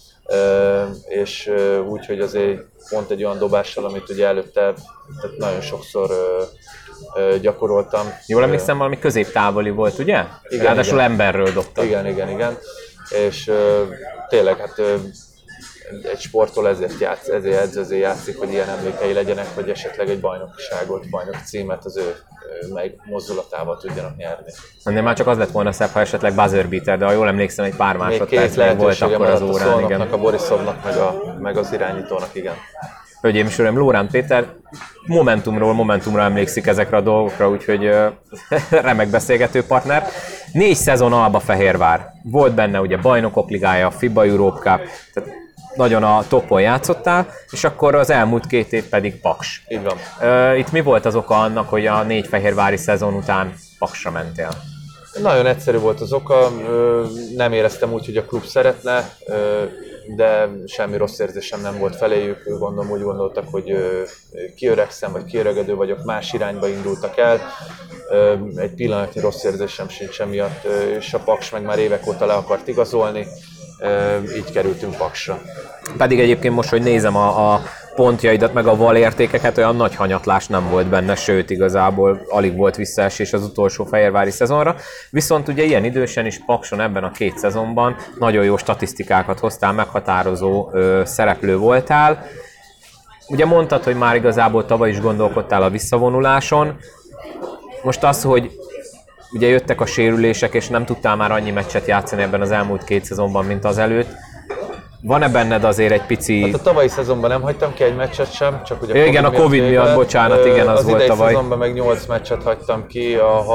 [SPEAKER 2] és úgy, hogy azért pont egy olyan dobással, amit ugye előtte tehát nagyon sokszor gyakoroltam.
[SPEAKER 1] Jól emlékszem, valami középtávoli volt, ugye?
[SPEAKER 2] Igen,
[SPEAKER 1] ráadásul emberről dobtad.
[SPEAKER 2] Igen. És tényleg hát egy sporttól ezért edző azért játszik, hogy ilyen emlékei legyenek, hogy esetleg egy bajnokságot, bajnok címet az ő mozdulatával tudjanak nyerni.
[SPEAKER 1] Ennél már csak az lett volna szebb, ha esetleg buzzer beater, de ha jól emlékszem, egy pár másodperc még volt akkor az órán.
[SPEAKER 2] Igen. A Borisovnak, meg az irányítónak, igen.
[SPEAKER 1] Hölgyeim és uraim, Lóránt Péter momentumra emlékszik ezekre a dolgokra, úgyhogy remek beszélgető partner. 4 szezon Alba Fehérvár. Volt benne ugye Bajnokok Ligája, FIBA Europe Cup, tehát nagyon a topon játszottál, és akkor az elmúlt 2 év pedig Paks.
[SPEAKER 2] Így van.
[SPEAKER 1] Itt mi volt az oka annak, hogy a 4 fehérvári szezon után Paksra mentél?
[SPEAKER 2] Nagyon egyszerű volt az oka, nem éreztem úgy, hogy a klub szeretne, de semmi rossz érzésem nem volt feléjük, úgy gondoltak, hogy kiöregszem, vagy kiöregedő vagyok, más irányba indultak el. Egy pillanatnyi rossz érzésem sincs emiatt, és a Paks meg már évek óta le akart igazolni, így kerültünk Paksra.
[SPEAKER 1] Pedig egyébként most, hogy nézem a pontjaidat, meg a valértékeket, olyan nagy hanyatlás nem volt benne, sőt igazából alig volt visszaesés az utolsó fehérvári szezonra. Viszont ugye ilyen idősen is Pakson ebben a 2 szezonban nagyon jó statisztikákat hoztál, meghatározó szereplő voltál. Ugye mondtad, hogy már igazából tavaly is gondolkodtál a visszavonuláson. Most az, hogy ugye jöttek a sérülések, és nem tudtál már annyi meccset játszani ebben az elmúlt 2 szezonban, mint az előtt. Van-e benned azért egy pici...
[SPEAKER 2] Hát a tavalyi szezonban nem hagytam ki egy meccset sem, csak ugye
[SPEAKER 1] igen, a Covid miatt, bocsánat, igen, az volt tavaly. Az idei
[SPEAKER 2] szezonban meg 8 meccset hagytam ki a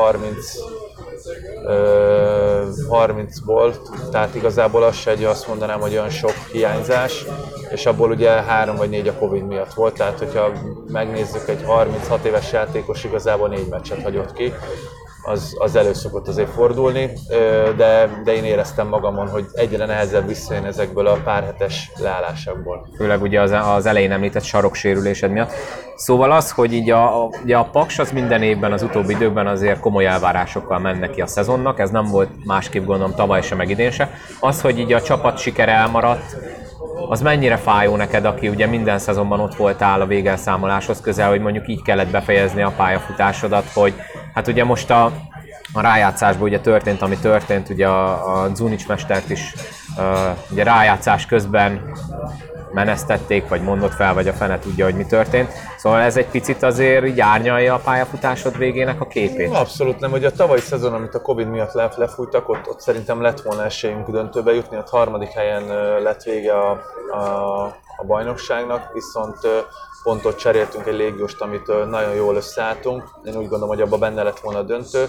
[SPEAKER 2] 30-ból, tehát igazából az se azt mondanám, hogy olyan sok hiányzás, és abból ugye 3 vagy 4 a Covid miatt volt, tehát hogyha megnézzük, egy 36 éves játékos igazából 4 meccset hagyott ki, az elő szokott azért fordulni, de én éreztem magamon, hogy egyre nehezebb visszajön ezekből a pár hetes leállásokból.
[SPEAKER 1] Főleg ugye az elején említett saroksérülésed miatt. Szóval az, hogy így a Paks az minden évben, az utóbbi időkben azért komoly elvárásokkal menne ki a szezonnak, ez nem volt másképp gondolom tavaly se, meg idén se. Az, hogy így a csapat sikere elmaradt, az mennyire fájó neked, aki ugye minden szezonban ott voltál a végelszámoláshoz közel, hogy mondjuk így kellett befejezni a pályafutásodat, hogy hát ugye most a rájátszásban ugye történt, ami történt, ugye a Zunic mestert is ugye rájátszás közben menesztették, vagy mondott fel, vagy a fene tudja, hogy mi történt. Szóval ez egy picit azért így árnyalja a pályafutásod végének a képét.
[SPEAKER 2] Abszolút nem, hogy a tavalyi szezon, amit a Covid miatt lefújtak, ott szerintem lett volna esélyünk döntőbe jutni, a harmadik helyen lett vége a bajnokságnak, viszont pont ott cseréltünk egy légióst, amit nagyon jól összeálltunk. Én úgy gondolom, hogy abban benne lett volna a döntő.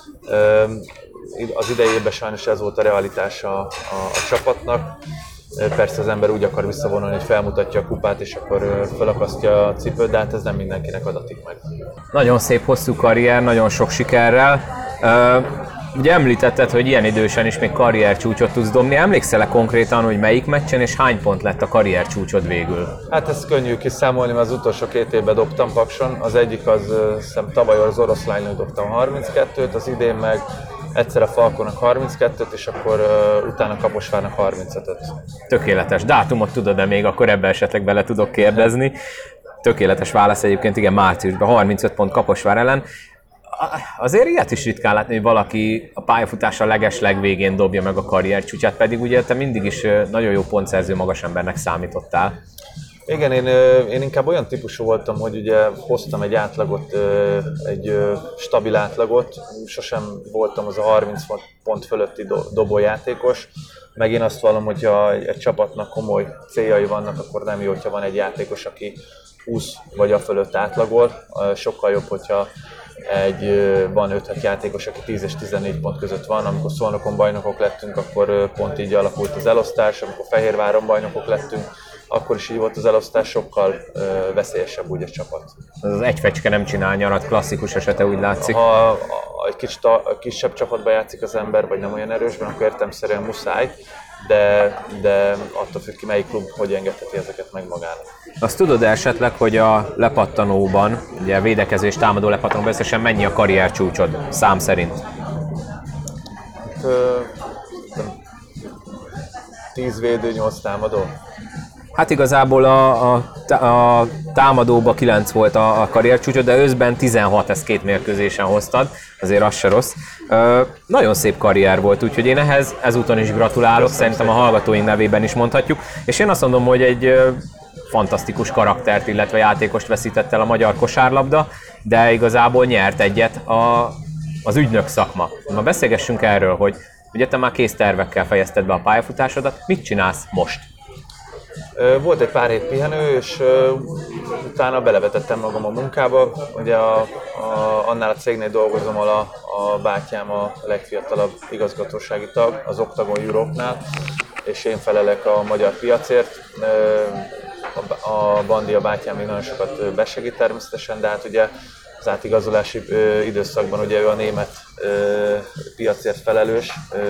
[SPEAKER 2] Az idejében sajnos ez volt a realitás a csapatnak. Persze az ember úgy akar visszavonulni, hogy felmutatja a kupát, és akkor felakasztja a cipőt, de hát ez nem mindenkinek adatik meg.
[SPEAKER 1] Nagyon szép, hosszú karrier, nagyon sok sikerrel. Ugye említetted, hogy ilyen idősen is még karriercsúcsot tudsz dobni. Emlékszel-e konkrétan, hogy melyik meccsen és hány pont lett a karriercsúcsod végül?
[SPEAKER 2] Hát ez könnyű kiszámolni, mert az utolsó 2 évben dobtam Pakson. Az egyik az tavaly az Oroszlánynak dobtam 32-t, az idén meg egyszer a Falkonak 32-t, és akkor utána Kaposvárnak 35-öt.
[SPEAKER 1] Tökéletes. Dátumot tudod-e még, akkor ebbe esetleg bele tudok kérdezni. Tökéletes válasz egyébként, igen, márciusban 35 pont Kaposvár ellen. Azért ilyet is ritkán látni, hogy valaki a pályafutása legeslegvégén dobja meg a karriercsúcsát, pedig ugye te mindig is nagyon jó pontszerző magas embernek számítottál.
[SPEAKER 2] Igen, én inkább olyan típusú voltam, hogy ugye hoztam egy átlagot, egy stabil átlagot, sosem voltam az a 30 pont fölötti dobójátékos, meg én azt vallom, hogyha egy csapatnak komoly céljai vannak, akkor nem jó, hogyha van egy játékos, aki 20 vagy a fölött átlagol, sokkal jobb, hogyha van 5-6 játékos, aki 10 és 14 pont között van. Amikor Szolnokon bajnokok lettünk, akkor pont így alakult az elosztás, amikor Fehérváron bajnokok lettünk, akkor is így volt az elosztás, sokkal veszélyesebb úgy a csapat.
[SPEAKER 1] Az egy fecske nem csinál nyarat, klasszikus esete úgy látszik.
[SPEAKER 2] Ha egy kisebb csapatba játszik az ember, vagy nem olyan erősben, akkor értelemszerűen muszáj, de attól függ ki, melyik klub hogy engedheti ezeket meg magának.
[SPEAKER 1] Azt tudod esetleg, hogy a lepattanóban, ugye a védekező és támadó lepattanóban összesen mennyi a karriercsúcsod szám szerint?
[SPEAKER 2] 10 védő, 8 támadó.
[SPEAKER 1] Hát igazából a támadóba 9 volt a karriercsúcsod, de összben 16, ezt 2 mérkőzésen hoztad, azért az se rossz. Nagyon szép karrier volt, úgyhogy én ezúton is gratulálok, szerintem a hallgatóink nevében is mondhatjuk, és én azt mondom, hogy egy fantasztikus karaktert, illetve játékost veszített el a magyar kosárlabda, de igazából nyert egyet az ügynök szakma. Ma beszélgessünk erről, hogy ugye te már kész tervekkel fejezted be a pályafutásodat, mit csinálsz most?
[SPEAKER 2] Volt egy pár hét pihenő, és utána belevetettem magam a munkába. Ugye annál a cégnél dolgozom, a bátyám a legfiatalabb igazgatósági tag, az Octagon Europe-nál, és én felelek a magyar piacért. A Bandi, a bátyám még nagyon sokat besegít természetesen, de hát ugye az átigazolási időszakban ugye ő a német piacért felelős.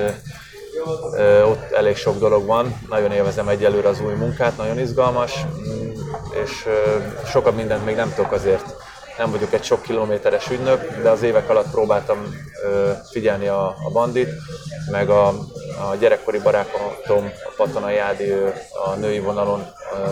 [SPEAKER 2] Ott elég sok dolog van, nagyon élvezem egyelőre az új munkát, nagyon izgalmas, és sokat mindent még nem tudok, azért nem vagyok egy sok kilométeres ügynök, de az évek alatt próbáltam figyelni a Bandit, meg a gyerekkori barátom, a Patonai Ádi, a női vonalon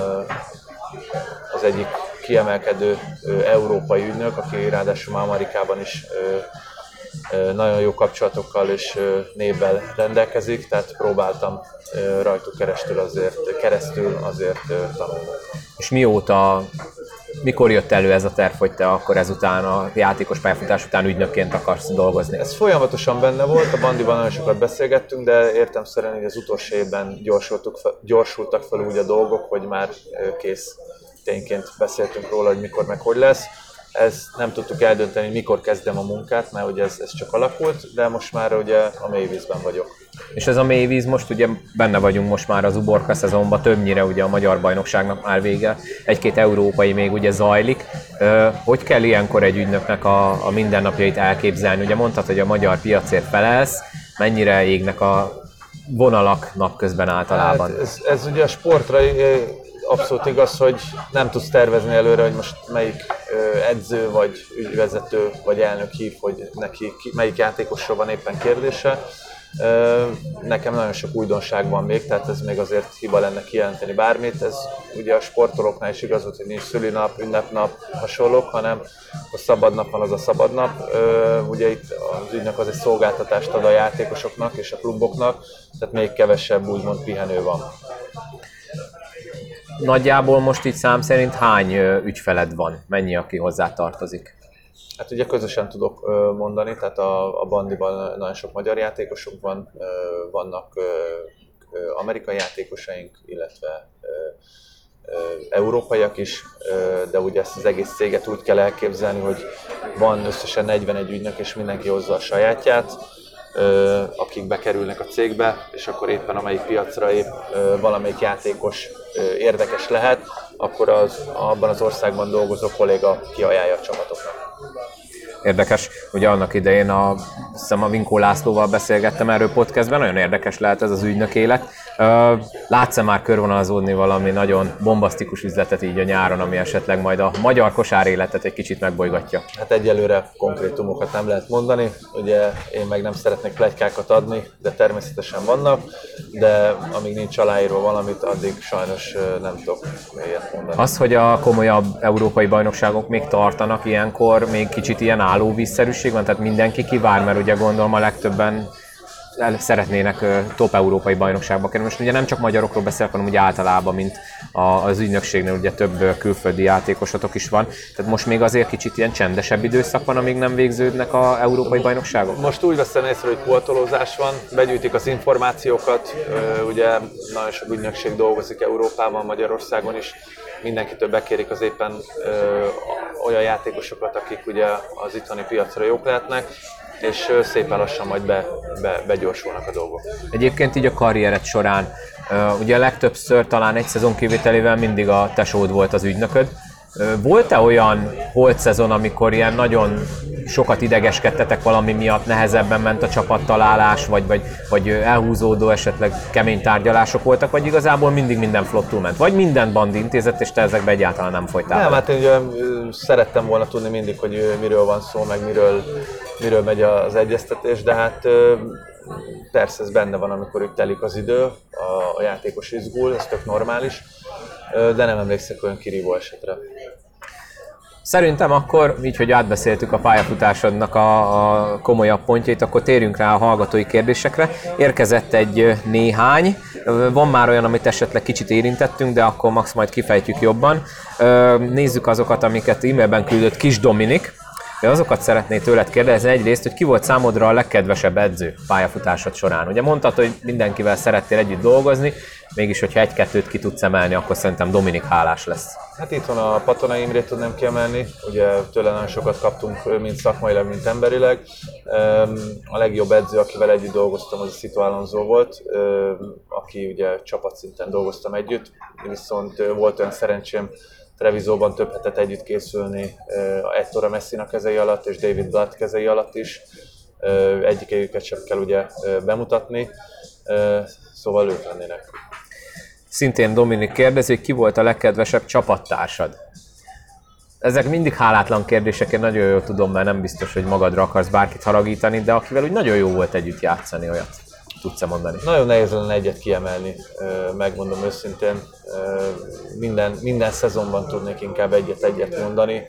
[SPEAKER 2] az egyik kiemelkedő európai ügynök, aki ráadásul már Amerikában is nagyon jó kapcsolatokkal és névvel rendelkezik, tehát próbáltam rajtuk keresztül azért tanulni.
[SPEAKER 1] És mikor jött elő ez a terv, hogy te akkor ezután a játékos pályafutás után ügynökként akarsz dolgozni?
[SPEAKER 2] Ez folyamatosan benne volt, a Bandiban nagyon sokat beszélgettünk, de értelemszerűen hogy az utolsó évben gyorsultak fel úgy a dolgok, hogy már kész tényként beszéltünk róla, hogy mikor meg hogy lesz. Ezt nem tudtuk eldönteni, hogy mikor kezdem a munkát, mert ugye ez csak alakult, de most már ugye a mélyvízben vagyok.
[SPEAKER 1] És ez a mélyvíz, most ugye benne vagyunk most már az uborka szezonban, többnyire ugye a magyar bajnokságnak már vége, egy-két európai még ugye zajlik. Hogy kell ilyenkor egy ügynöknek a mindennapjait elképzelni? Ugye mondtad, hogy a magyar piacért felelsz, mennyire égnek a vonalak napközben általában?
[SPEAKER 2] Hát ez ugye a sportra abszolút igaz, hogy nem tudsz tervezni előre, hogy most melyik edző, vagy ügyvezető, vagy elnök hív, hogy neki melyik játékosról van éppen kérdése. Nekem nagyon sok újdonság van még, tehát ez még azért hiba lenne kijelenteni bármit. Ez ugye a sportolóknál is igaz volt, hogy nincs szülinap, ünnepnap, hasonlók, hanem a szabad nap van, az a szabad nap. Ugye itt az ügynök az egy szolgáltatást ad a játékosoknak és a kluboknak, tehát még kevesebb úgymond pihenő van.
[SPEAKER 1] Nagyjából most így szám szerint hány ügyfeled van? Mennyi, aki hozzá tartozik?
[SPEAKER 2] Hát ugye közösen tudok mondani, tehát a Bandiban nagyon sok magyar játékosunk van, vannak amerikai játékosaink, illetve európaiak is, de ugye ezt az egész céget úgy kell elképzelni, hogy van összesen 41 ügynök, és mindenki hozza a sajátját, akik bekerülnek a cégbe, és akkor éppen amelyik piacra épp valamelyik játékos érdekes lehet, akkor abban az országban dolgozó kolléga kiajánlja a csapatoknak.
[SPEAKER 1] Érdekes, ugye annak idején a Vinkó Lászlóval beszélgettem erről podcastben, nagyon érdekes lehet ez az ügynök élet. Látsz-e már körvonalazódni valami nagyon bombasztikus üzletet így a nyáron, ami esetleg majd a magyar kosáréletet egy kicsit megbolygatja?
[SPEAKER 2] Hát egyelőre konkrétumokat nem lehet mondani, ugye én meg nem szeretnék pletykákat adni, de természetesen vannak, de amíg nincs aláírva valamit, addig sajnos nem tudok ilyet mondani.
[SPEAKER 1] Az, hogy a komolyabb európai bajnokságok még tartanak ilyenkor, még kicsit ilyen állóvízszerűség van, tehát mindenki kivár, mert ugye gondolom a legtöbben szeretnének top európai bajnokságba kerülni. Most ugye nem csak magyarokról beszélek, hanem ugye általában, mint az ügynökségnél ugye több külföldi játékosatok is van. Tehát most még azért kicsit ilyen csendesebb időszak van, amíg nem végződnek az európai bajnokságok?
[SPEAKER 2] Most úgy veszem észre, hogy poltolózás van, begyűjtik az információkat, ugye nagyon sok ügynökség dolgozik Európában, Magyarországon is, mindenkitől bekérik az éppen olyan játékosokat, akik ugye az itthoni piacra jók lehetnek, és szépen lassan majd begyorsulnak a dolgok.
[SPEAKER 1] Egyébként így a karriered során, ugye legtöbbször talán egy szezon kivételével mindig a tesód volt az ügynököd. Volt-e olyan holt szezon, amikor ilyen nagyon sokat idegeskedtetek valami miatt, nehezebben ment a csapattalálás, vagy elhúzódó, esetleg kemény tárgyalások voltak, vagy igazából mindig minden flottul ment? Vagy mindent Bandi intézett, és te ezekbe egyáltalán nem folytál?
[SPEAKER 2] Nem, hát én ugye szerettem volna tudni mindig, hogy miről van szó, meg miről megy az egyeztetés, de hát persze ez benne van, amikor úgy telik az idő, a játékos izgul, ez tök normális, de nem emlékszek olyan kirívó esetre.
[SPEAKER 1] Szerintem akkor, így, hogy átbeszéltük a pályafutásodnak a komolyabb pontjait, akkor térjünk rá a hallgatói kérdésekre. Érkezett egy néhány, van már olyan, amit esetleg kicsit érintettünk, de akkor max majd kifejtjük jobban. Nézzük azokat, amiket e-mailben küldött Kis Dominik. Azokat szeretné tőled kérdezni egyrészt, hogy ki volt számodra a legkedvesebb edző pályafutásod során. Ugye mondtad, hogy mindenkivel szerettél együtt dolgozni, mégis, hogyha egy-kettőt ki tudsz emelni, akkor szerintem Dominik hálás lesz.
[SPEAKER 2] Hát itt van a Patonai Imrét tudnám kiemelni, ugye tőle nagyon sokat kaptunk, mind szakmailag, mind emberileg. A legjobb edző, akivel együtt dolgoztam, az a Szito Alonso volt, aki ugye csapatszinten dolgoztam együtt, viszont volt olyan szerencsém, Trevisoban több hetet együtt készülni Ettore Messinak kezei alatt és David Blatt kezei alatt is. Egyikőjüket sem kell ugye bemutatni, szóval ők lennének.
[SPEAKER 1] Szintén Dominik kérdezi, hogy ki volt a legkedvesebb csapattársad? Ezek mindig hálátlan kérdések, én nagyon jól tudom, mert nem biztos, hogy magadra akarsz bárkit haragítani, de akivel úgy nagyon jó volt együtt játszani, olyat tudsz-e mondani?
[SPEAKER 2] Nagyon nehéz lenne egyet kiemelni, megmondom őszintén. Minden szezonban tudnék inkább egyet mondani,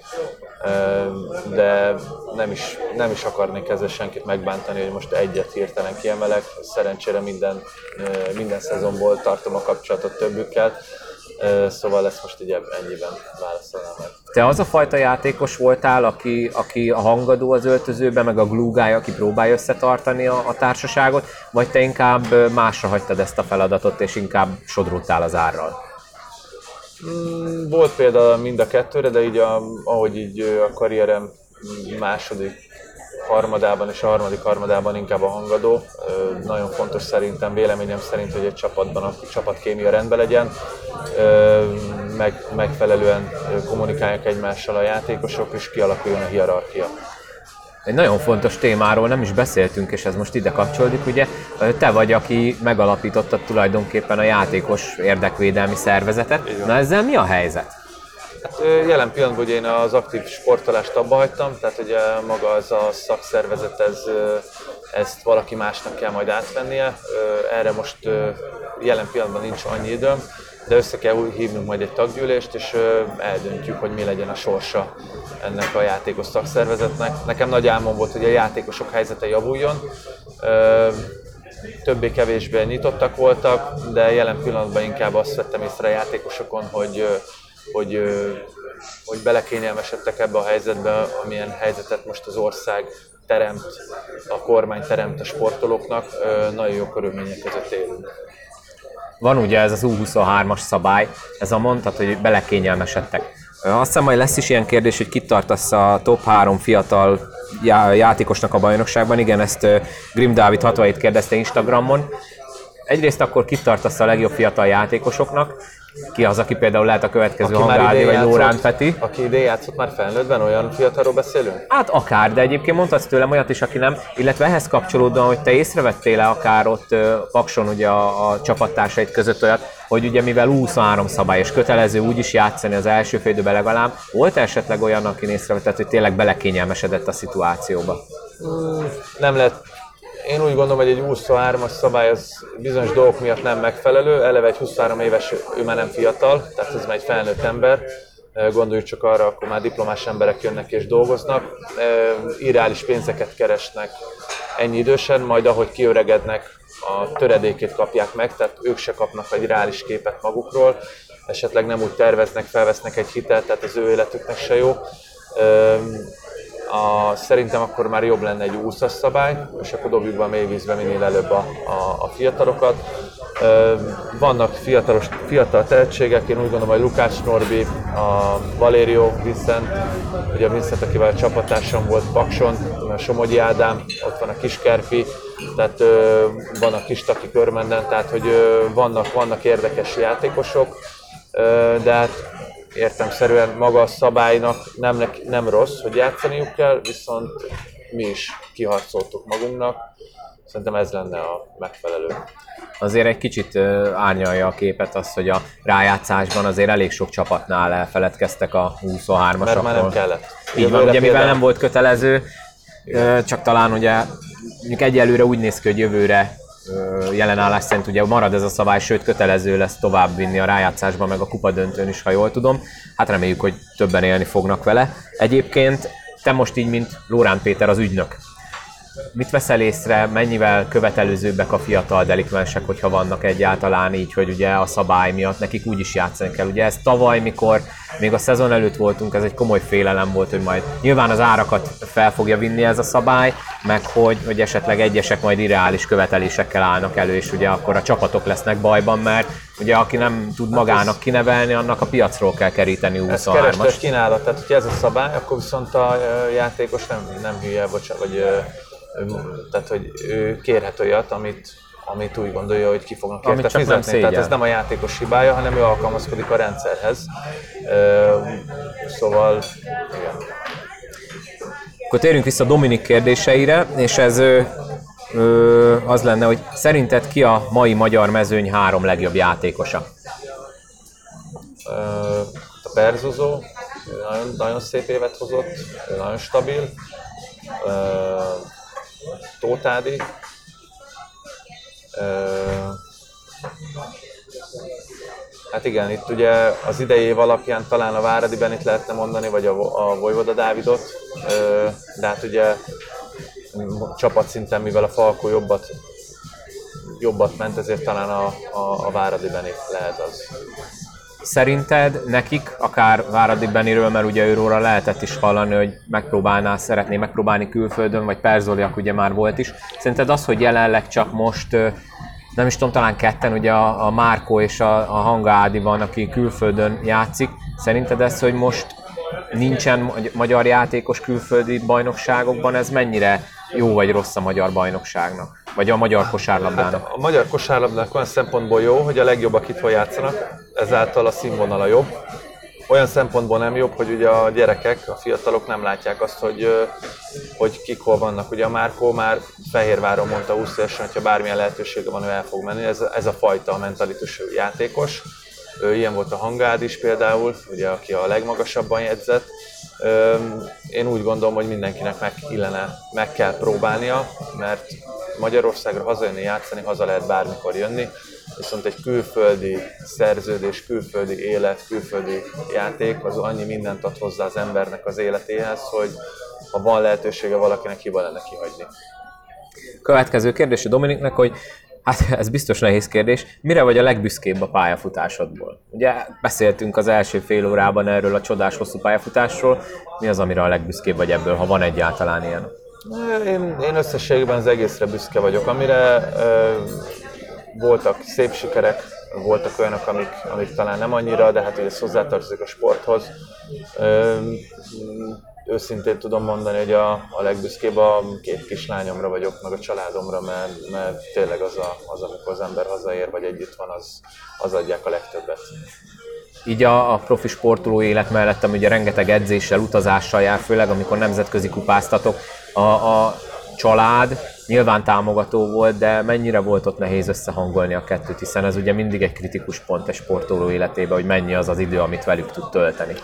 [SPEAKER 2] de nem is akarnék ezzel senkit megbántani, hogy most egyet hirtelen kiemelek. Szerencsére minden szezonból tartom a kapcsolatot többükkel, szóval ezt most így ennyiben válaszolnám meg.
[SPEAKER 1] Te az a fajta játékos voltál, aki a hangadó az öltözőben, meg a glue guy, aki próbálja összetartani a társaságot, vagy te inkább másra hagytad ezt a feladatot, és inkább sodródtál az árral?
[SPEAKER 2] Volt például mind a kettőre, de így ahogy így a karrierem második harmadában és a harmadik harmadában inkább a hangadó. Nagyon fontos szerintem, véleményem szerint, hogy egy csapatban a csapatkémia rendben legyen, megfelelően kommunikálják egymással a játékosok, és kialakuljon a hierarchia.
[SPEAKER 1] Egy nagyon fontos témáról nem is beszéltünk, és ez most ide kapcsolódik, ugye te vagy, aki megalapítottad tulajdonképpen a játékos érdekvédelmi szervezetet. Na ezzel mi a helyzet?
[SPEAKER 2] Hát, jelen pillanatban ugye én az aktív sportolást abba hagytam, tehát ugye maga az a szakszervezet, ez ezt valaki másnak kell majd átvennie. Erre most jelen pillanatban nincs annyi időm, de össze kell hívnunk majd egy taggyűlést, és eldöntjük, hogy mi legyen a sorsa ennek a játékos szakszervezetnek. Nekem nagy álmom volt, hogy a játékosok helyzete javuljon. Többé-kevésbé nyitottak voltak, de jelen pillanatban inkább azt vettem észre a játékosokon, hogy belekényelmesedtek ebbe a helyzetbe, amilyen helyzetet most az ország teremt, a kormány teremt a sportolóknak, nagyon jó körülmények között élünk.
[SPEAKER 1] Van ugye ez az U23-as szabály, ez a mondat, hogy belekényelmesedtek. Azt hiszem, majd lesz is ilyen kérdés, hogy kit tartasz a top 3 fiatal játékosnak a bajnokságban. Igen, ezt Grimm Dávid 67 kérdezte Instagramon. Egyrészt akkor kit tartasz a legjobb fiatal játékosoknak? Ki az, aki például lehet a következő Hangádi vagy Lóránt Peti?
[SPEAKER 2] Aki idén játszott már felnőttben, olyan fiatalról beszélünk?
[SPEAKER 1] Hát akár, de egyébként mondhatsz tőlem olyat is, aki nem, illetve ehhez kapcsolódóan, hogy te észrevettél-e akár ott Pakson ugye a csapattársait között olyat, hogy ugye mivel U23 szabály és kötelező úgy is játszani az első fél időben legalább, volt esetleg olyan, aki észrevetett, hogy tényleg belekényelmesedett a szituációba?
[SPEAKER 2] Nem lehet. Én úgy gondolom, hogy egy 23-as szabály az bizonyos dolgok miatt nem megfelelő. Eleve egy 23 éves, ő már nem fiatal, tehát ez már egy felnőtt ember. Gondoljuk csak arra, akkor már diplomás emberek jönnek és dolgoznak. Irreális pénzeket keresnek ennyi idősen, majd ahogy kiöregednek, a töredékét kapják meg, tehát ők se kapnak egy reális képet magukról. Esetleg nem úgy terveznek, felvesznek egy hitelt, tehát az ő életüknek se jó. Szerintem akkor már jobb lenne egy 20-as szabály, és akkor dobjuk be a mélyvízbe minél előbb a fiatalokat. Vannak fiatal tehetségek, én úgy gondolom, hogy Lukács Norbi, a Valério Vincent, ugye a Vincent, akivel a csapattársam volt Pakson, a Somogyi Ádám, ott van a Kiskerpi, tehát van a Kistaki Körmenden, tehát hogy vannak érdekes játékosok, de hát értelemszerűen maga a szabálynak nem rossz, hogy játszaniuk kell, viszont mi is kiharcoltuk magunknak. Szerintem ez lenne a megfelelő.
[SPEAKER 1] Azért egy kicsit árnyalja a képet az, hogy a rájátszásban azért elég sok csapatnál elfeledkeztek a 23-asakról.
[SPEAKER 2] Mert már nem kellett.
[SPEAKER 1] Így van, ugye mivel nem volt kötelező, csak talán ugye mondjuk egyelőre úgy néz ki, hogy jövőre jelen állás szerint ugye marad ez a szabály, sőt kötelező lesz továbbvinni a rájátszásban, meg a kupadöntőn is, ha jól tudom. Hát reméljük, hogy többen élni fognak vele. Egyébként te most így, mint Lóránt Péter az ügynök, mit veszel észre, mennyivel követelőzőbbek a fiatal delikvensek, hogyha vannak egyáltalán így, hogy ugye a szabály miatt nekik úgy is játszani kell. Ugye ez tavaly, mikor még a szezon előtt voltunk, ez egy komoly félelem volt, hogy majd nyilván az árakat fel fogja vinni ez a szabály, meg hogy esetleg egyesek majd irreális követelésekkel állnak elő, és ugye akkor a csapatok lesznek bajban, mert ugye aki nem tud magának kinevelni, annak a piacról kell keríteni 23-as.
[SPEAKER 2] Ez kereslet kínálat, tehát hogyha ez a szabály, akkor viszont a játékos nem hülye, tehát hogy ő kérhet olyat, amit úgy gondolja, hogy ki fognak érte fizetni. Tehát ez nem a játékos hibája, hanem ő alkalmazkodik a rendszerhez. Szóval, igen.
[SPEAKER 1] Akkor térjünk vissza Dominik kérdéseire, és ez az lenne, hogy szerinted ki a mai magyar mezőny 3 legjobb játékosa?
[SPEAKER 2] A Berzozó, nagyon szép évet hozott, nagyon stabil. Tóth Ádi, hát igen, itt ugye az idei év alapján talán a Váradi Benit lehetne mondani, vagy a Vojvoda Dávidot, de hát ugye csapatszinten, mivel a Falkó jobbat ment, ezért talán a Váradi Benit lehet az.
[SPEAKER 1] Szerinted nekik, akár Váradi Beniről, mert ugye őróla lehetett is hallani, hogy szeretné megpróbálni külföldön, vagy Perzoliak ugye már volt is. Szerinted az, hogy jelenleg csak most, nem is tudom, talán ketten, ugye a Márkó és a Hanga Ádi van, aki külföldön játszik. Szerinted ez, hogy most nincsen magyar játékos külföldi bajnokságokban, ez mennyire jó vagy rossz a magyar bajnokságnak? Vagy a magyar kosárlabdának?
[SPEAKER 2] Hát a magyar kosárlabdának olyan szempontból jó, hogy a legjobbak itthon játszanak, ezáltal a színvonala jobb. Olyan szempontból nem jobb, hogy ugye a gyerekek, a fiatalok nem látják azt, hogy kik hol vannak. Ugye a Márkó már Fehérváron mondta 20 évesen, hogyha bármilyen lehetősége van, ő el fog menni. Ez a fajta mentalitusú játékos. Ilyen volt a Hangád is például, ugye, aki a legmagasabban jegyzett. Én úgy gondolom, hogy mindenkinek meg kell próbálnia, mert Magyarországra hazajönni, játszani, haza lehet bármikor jönni, viszont egy külföldi szerződés, külföldi élet, külföldi játék az annyi mindent ad hozzá az embernek az életéhez, hogy ha van lehetősége valakinek, hiba lenne kihagyni.
[SPEAKER 1] Következő kérdés a Dominiknek, hogy hát ez biztos nehéz kérdés. Mire vagy a legbüszkébb a pályafutásodból? Ugye beszéltünk az első fél órában erről a csodás hosszú pályafutásról. Mi az, amire a legbüszkébb vagy ebből, ha van egyáltalán ilyen?
[SPEAKER 2] Én összességében az egészre büszke vagyok. Amire voltak szép sikerek, voltak olyanok, amik talán nem annyira, de hát ugye ez hozzátartozik a sporthoz. Őszintén tudom mondani, hogy a legbüszkébb a 2 kislányomra vagyok, meg a családomra, mert tényleg az, amikor az ember hazaér, vagy együtt van, az adják a legtöbbet.
[SPEAKER 1] Így a profi sportoló élet mellett, ami ugye rengeteg edzéssel, utazással jár, főleg amikor nemzetközi kupáztatok, a család nyilván támogató volt, de mennyire volt ott nehéz összehangolni a kettőt, hiszen ez ugye mindig egy kritikus pont egy sportoló életében, hogy mennyi az az idő, amit velük tud tölteni.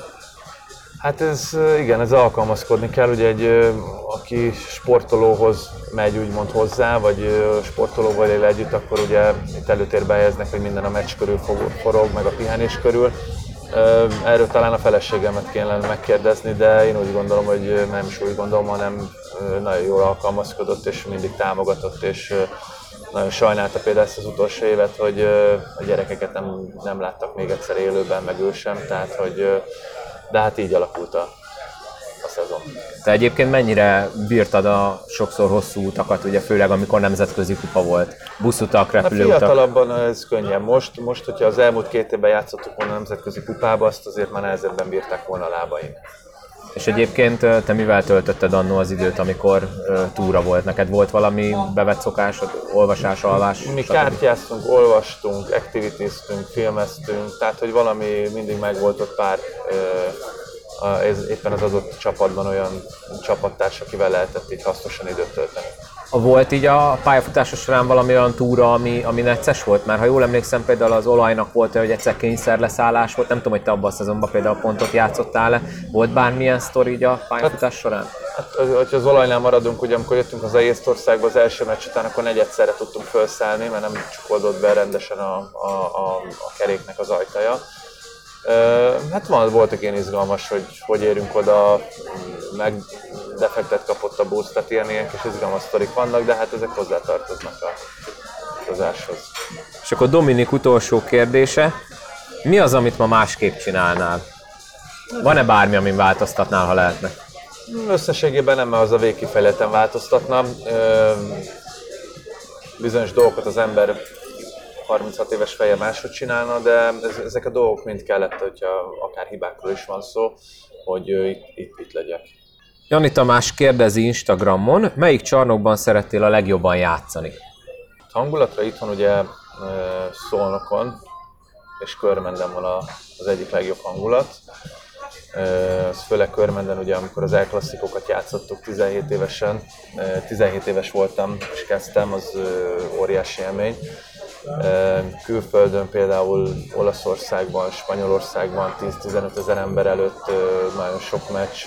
[SPEAKER 2] Hát ez alkalmazkodni kell, ugye aki sportolóhoz megy úgymond hozzá, vagy sportolóval él együtt, akkor ugye itt előtérbe helyeznek, hogy minden a meccs körül forog, meg a pihenés körül. Erről talán a feleségemet kéne megkérdezni, de én úgy gondolom, hogy nem is úgy gondolom, hanem nagyon jól alkalmazkodott, és mindig támogatott, és nagyon sajnálta például ezt az utolsó évet, hogy a gyerekeket nem láttak még egyszer élőben, meg ő sem, tehát hogy de hát így alakult a szezon.
[SPEAKER 1] Te egyébként mennyire bírtad a sokszor hosszú utakat, ugye főleg amikor nemzetközi kupa volt? Buszutak, repülőutak?
[SPEAKER 2] Fiatalabban ez könnyen. Most, hogyha az elmúlt 2 évben játszottuk volna a nemzetközi kupába, azt azért már nehezebben bírták volna a lábaink.
[SPEAKER 1] És egyébként te mivel töltötted annó az időt, amikor túra volt? Neked volt valami bevett szokásod, olvasás, alvás?
[SPEAKER 2] Mi kártyáztunk, olvastunk, aktivitiztunk, filmeztünk, tehát hogy valami mindig megvolt ott pár éppen az adott csapatban olyan csapattárs, akivel lehetett így hasznosan időt tölteni.
[SPEAKER 1] Volt így a pályafutása során valami olyan túra, ami necces volt? Mert ha jól emlékszem, például az Olajnak volt olyan, hogy egyszer kényszerleszállás volt, nem tudom, hogy te abban a szezonban például pontot játszottál-e. Volt bármilyen sztori így a pályafutás során?
[SPEAKER 2] Hát, hogyha az Olajnál maradunk, ugye amikor jöttünk az Észtországba az első meccs után, akkor negyedszerre tudtunk felszállni, mert nem csukodott be rendesen a keréknek az ajtaja. Hát voltak ilyen izgalmas, hogy érünk oda, meg defektet kapott a busz, tehát ilyen kis izgalmas sztorik vannak, de hát ezek hozzátartoznak a utazáshoz.
[SPEAKER 1] És akkor Dominik utolsó kérdése, mi az, amit ma másképp csinálnál? Van-e bármi, amin változtatnál, ha lehetne?
[SPEAKER 2] Összességében nem, mert az a végkifejleten változtatna. Bizonyos dolgokat az ember 36 éves feje máshogy csinálna, de ezek a dolgok mind kellett, hogyha akár hibákról is van szó, hogy itt legyek.
[SPEAKER 1] Jani Tamás kérdezi Instagramon, melyik csarnokban szerettél a legjobban játszani?
[SPEAKER 2] Hangulatra itthon ugye Szolnokon és Körmenden van az egyik legjobb hangulat. Az főleg Körmenden, ugye, amikor az elklasszikokat játszottuk 17 évesen, 17 éves voltam és kezdtem, az óriási élmény. Külföldön például Olaszországban, Spanyolországban 10-15 ezer ember előtt nagyon sok meccs,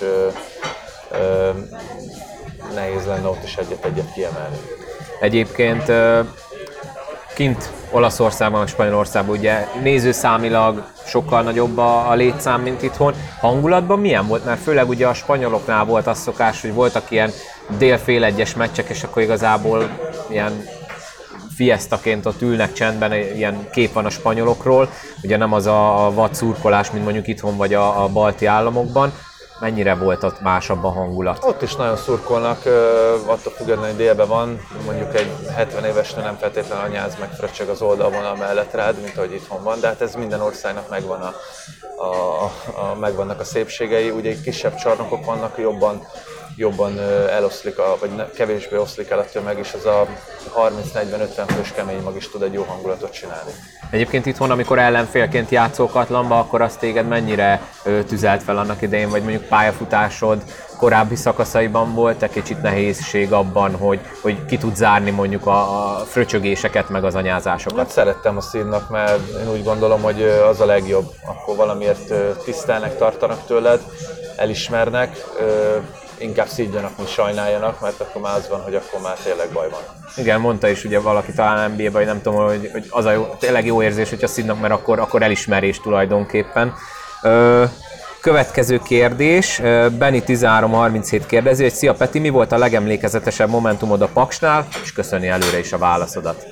[SPEAKER 2] nehéz lenne ott is egyet kiemelni.
[SPEAKER 1] Egyébként kint Olaszországban, vagy Spanyolországban ugye nézőszámilag sokkal nagyobb a létszám, mint itthon. Hangulatban milyen volt? Mert főleg ugye a spanyoloknál volt az szokás, hogy voltak ilyen dél-fél egyes meccsek, és akkor igazából ilyen fiesztaként ott ülnek csendben, ilyen kép van a spanyolokról, ugye nem az a vad szurkolás, mint mondjuk itthon vagy a balti államokban. Mennyire volt ott másabb a hangulat?
[SPEAKER 2] Ott is nagyon szurkolnak, attól függetlenül, hogy délben van, mondjuk egy 70 évesnél nem feltétlenül anyáz meg fröccsög az oldalvonal mellett rád, mint ahogy itthon van, de hát ez minden országnak megvannak a szépségei, ugye egy kisebb csarnokok vannak, jobban eloszlik, vagy kevésbé oszlik el a tömeg, és az a 30-40-50 fős kemény mag is tud egy jó hangulatot csinálni.
[SPEAKER 1] Egyébként itthon, amikor ellenfélként játszol Katlanba, akkor azt téged mennyire tüzelt fel annak idején, vagy mondjuk pályafutásod korábbi szakaszaiban volt egy kicsit nehézség abban, hogy ki tud zárni mondjuk a fröcsögéseket, meg az anyázásokat?
[SPEAKER 2] Hát szerettem a Szidnak, mert én úgy gondolom, hogy az a legjobb. Akkor valamiért tisztelnek, tartanak tőled, elismernek, inkább szídjanak, mint sajnáljanak, mert akkor már az van, hogy akkor már tényleg baj van.
[SPEAKER 1] Igen, mondta is ugye valaki talán NBA-ben, vagy nem tudom, hogy az a jó, tényleg jó érzés, hogyha szidnak, mert akkor elismerés tulajdonképpen. Következő kérdés, Benny 1337 kérdezi, hogy szia Peti, mi volt a legemlékezetesebb momentumod a Paksnál, és köszöni előre is a válaszodat.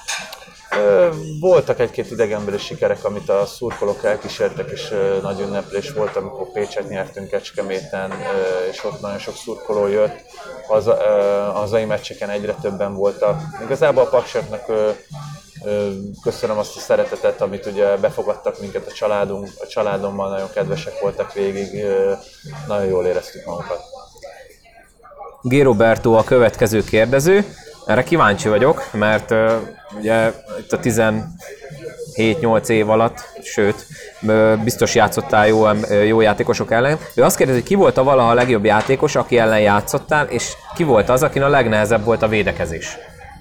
[SPEAKER 2] Voltak egy-két idegenbeli sikerek, amit a szurkolók elkísértek, és nagy ünneplés volt, amikor Pécset nyertünk Kecskeméten, és ott nagyon sok szurkoló jött. A hazai meccseken egyre többen voltak. Igazából a Paksoknak köszönöm azt a szeretetet, amit ugye befogadtak minket a családommal, nagyon kedvesek voltak végig, nagyon jól éreztük magunkat.
[SPEAKER 1] G. Roberto a következő kérdező. Erre kíváncsi vagyok, mert ugye itt a 17-8 év alatt, sőt, biztos játszottál jó játékosok ellen. Ő azt kérdezi, hogy ki volt a valaha legjobb játékos, aki ellen játszottál, és ki volt az, akin a legnehezebb volt a védekezés?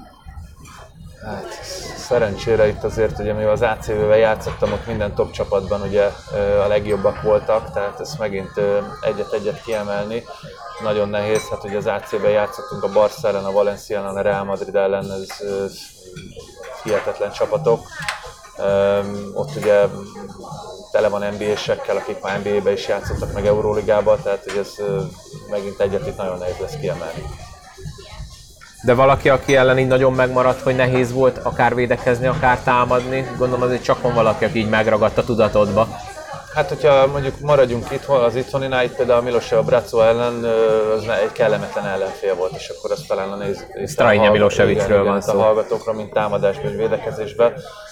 [SPEAKER 2] Hát, szerencsére itt azért, ugye mivel az ACV-vel játszottam, ott minden top csapatban ugye a legjobbak voltak, tehát ezt megint egyet-egyet kiemelni. Nagyon nehéz, hát ugye az AC-ben játszottunk a Barca ellen, a Valencia ellen, a Real Madrid ellen, ez hihetetlen csapatok. Ott ugye tele van NBA-sekkel, akik már NBA-be is játszottak, meg Euróligában, tehát hogy ez megint egyet itt nagyon nehéz lesz kiemelni.
[SPEAKER 1] De valaki, aki ellen így nagyon megmaradt, hogy nehéz volt akár védekezni, akár támadni, gondolom azért csak van valaki, aki így megragadt a tudatodba.
[SPEAKER 2] Hát, hogyha mondjuk maradjunk itthon, az itthoni itt például a Milosevic Braco ellen az egy kellemetlen ellenfél volt, és akkor azt talán a
[SPEAKER 1] Strajnya Milosevicről van szó.
[SPEAKER 2] A hallgatókra, mint támadásban, vagy védekezésben.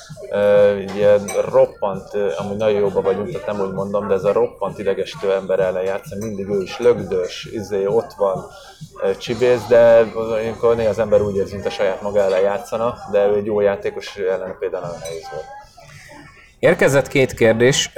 [SPEAKER 2] Ilyen roppant, amúgy nagyon jóban vagyunk, tehát nem úgy mondom, de ez a roppant idegesítő ember ellen játszani, mindig ő is lögdös, ott van, csibész, de amikor néha az ember úgy érzi, mint a saját maga ellen játszana, de ő egy jó játékos ellen például nagyon nehéz volt.
[SPEAKER 1] Érkezett két kérdés,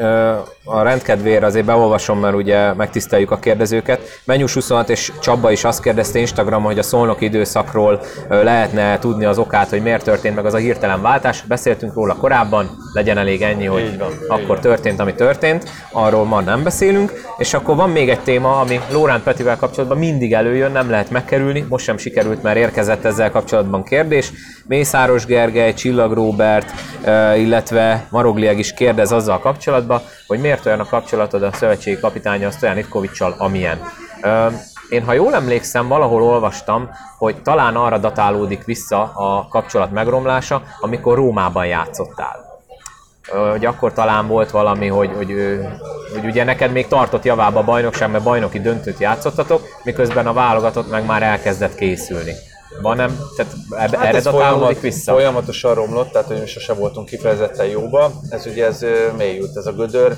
[SPEAKER 1] a rendkedvére azért beolvasom, mert ugye megtiszteljük a kérdezőket. Menyus 26 és Csaba is azt kérdezte Instagramon, hogy a szolnoki időszakról lehetne tudni az okát, hogy miért történt meg az a hirtelen váltás. Beszéltünk róla korábban, legyen elég ennyi, hogy akkor történt, ami történt, arról ma nem beszélünk. És akkor van még egy téma, ami Lóránt Petivel kapcsolatban mindig előjön, nem lehet megkerülni, most sem sikerült, mert érkezett ezzel kapcsolatban kérdés. Mészáros Gergely, Csillag Róbert, illetve Maroglieg is kérdez azzal kapcsolatban, hogy miért olyan a kapcsolatod a szövetségi kapitánya Stojan Ivkovics-sal, amilyen. Én, ha jól emlékszem, valahol olvastam, hogy talán arra datálódik vissza a kapcsolat megromlása, amikor Rómában játszottál. Hogy akkor talán volt valami, hogy ugye neked még tartott javába a bajnokság, mert bajnoki döntőt játszottatok, miközben a válogatott meg már elkezdett készülni. Van nem? Tehát
[SPEAKER 2] Hát
[SPEAKER 1] erre datálódik vissza?
[SPEAKER 2] Folyamatosan romlott, tehát hogy mi sose voltunk kifejezetten jóba. Ez ugye ez mélyült ez a gödör,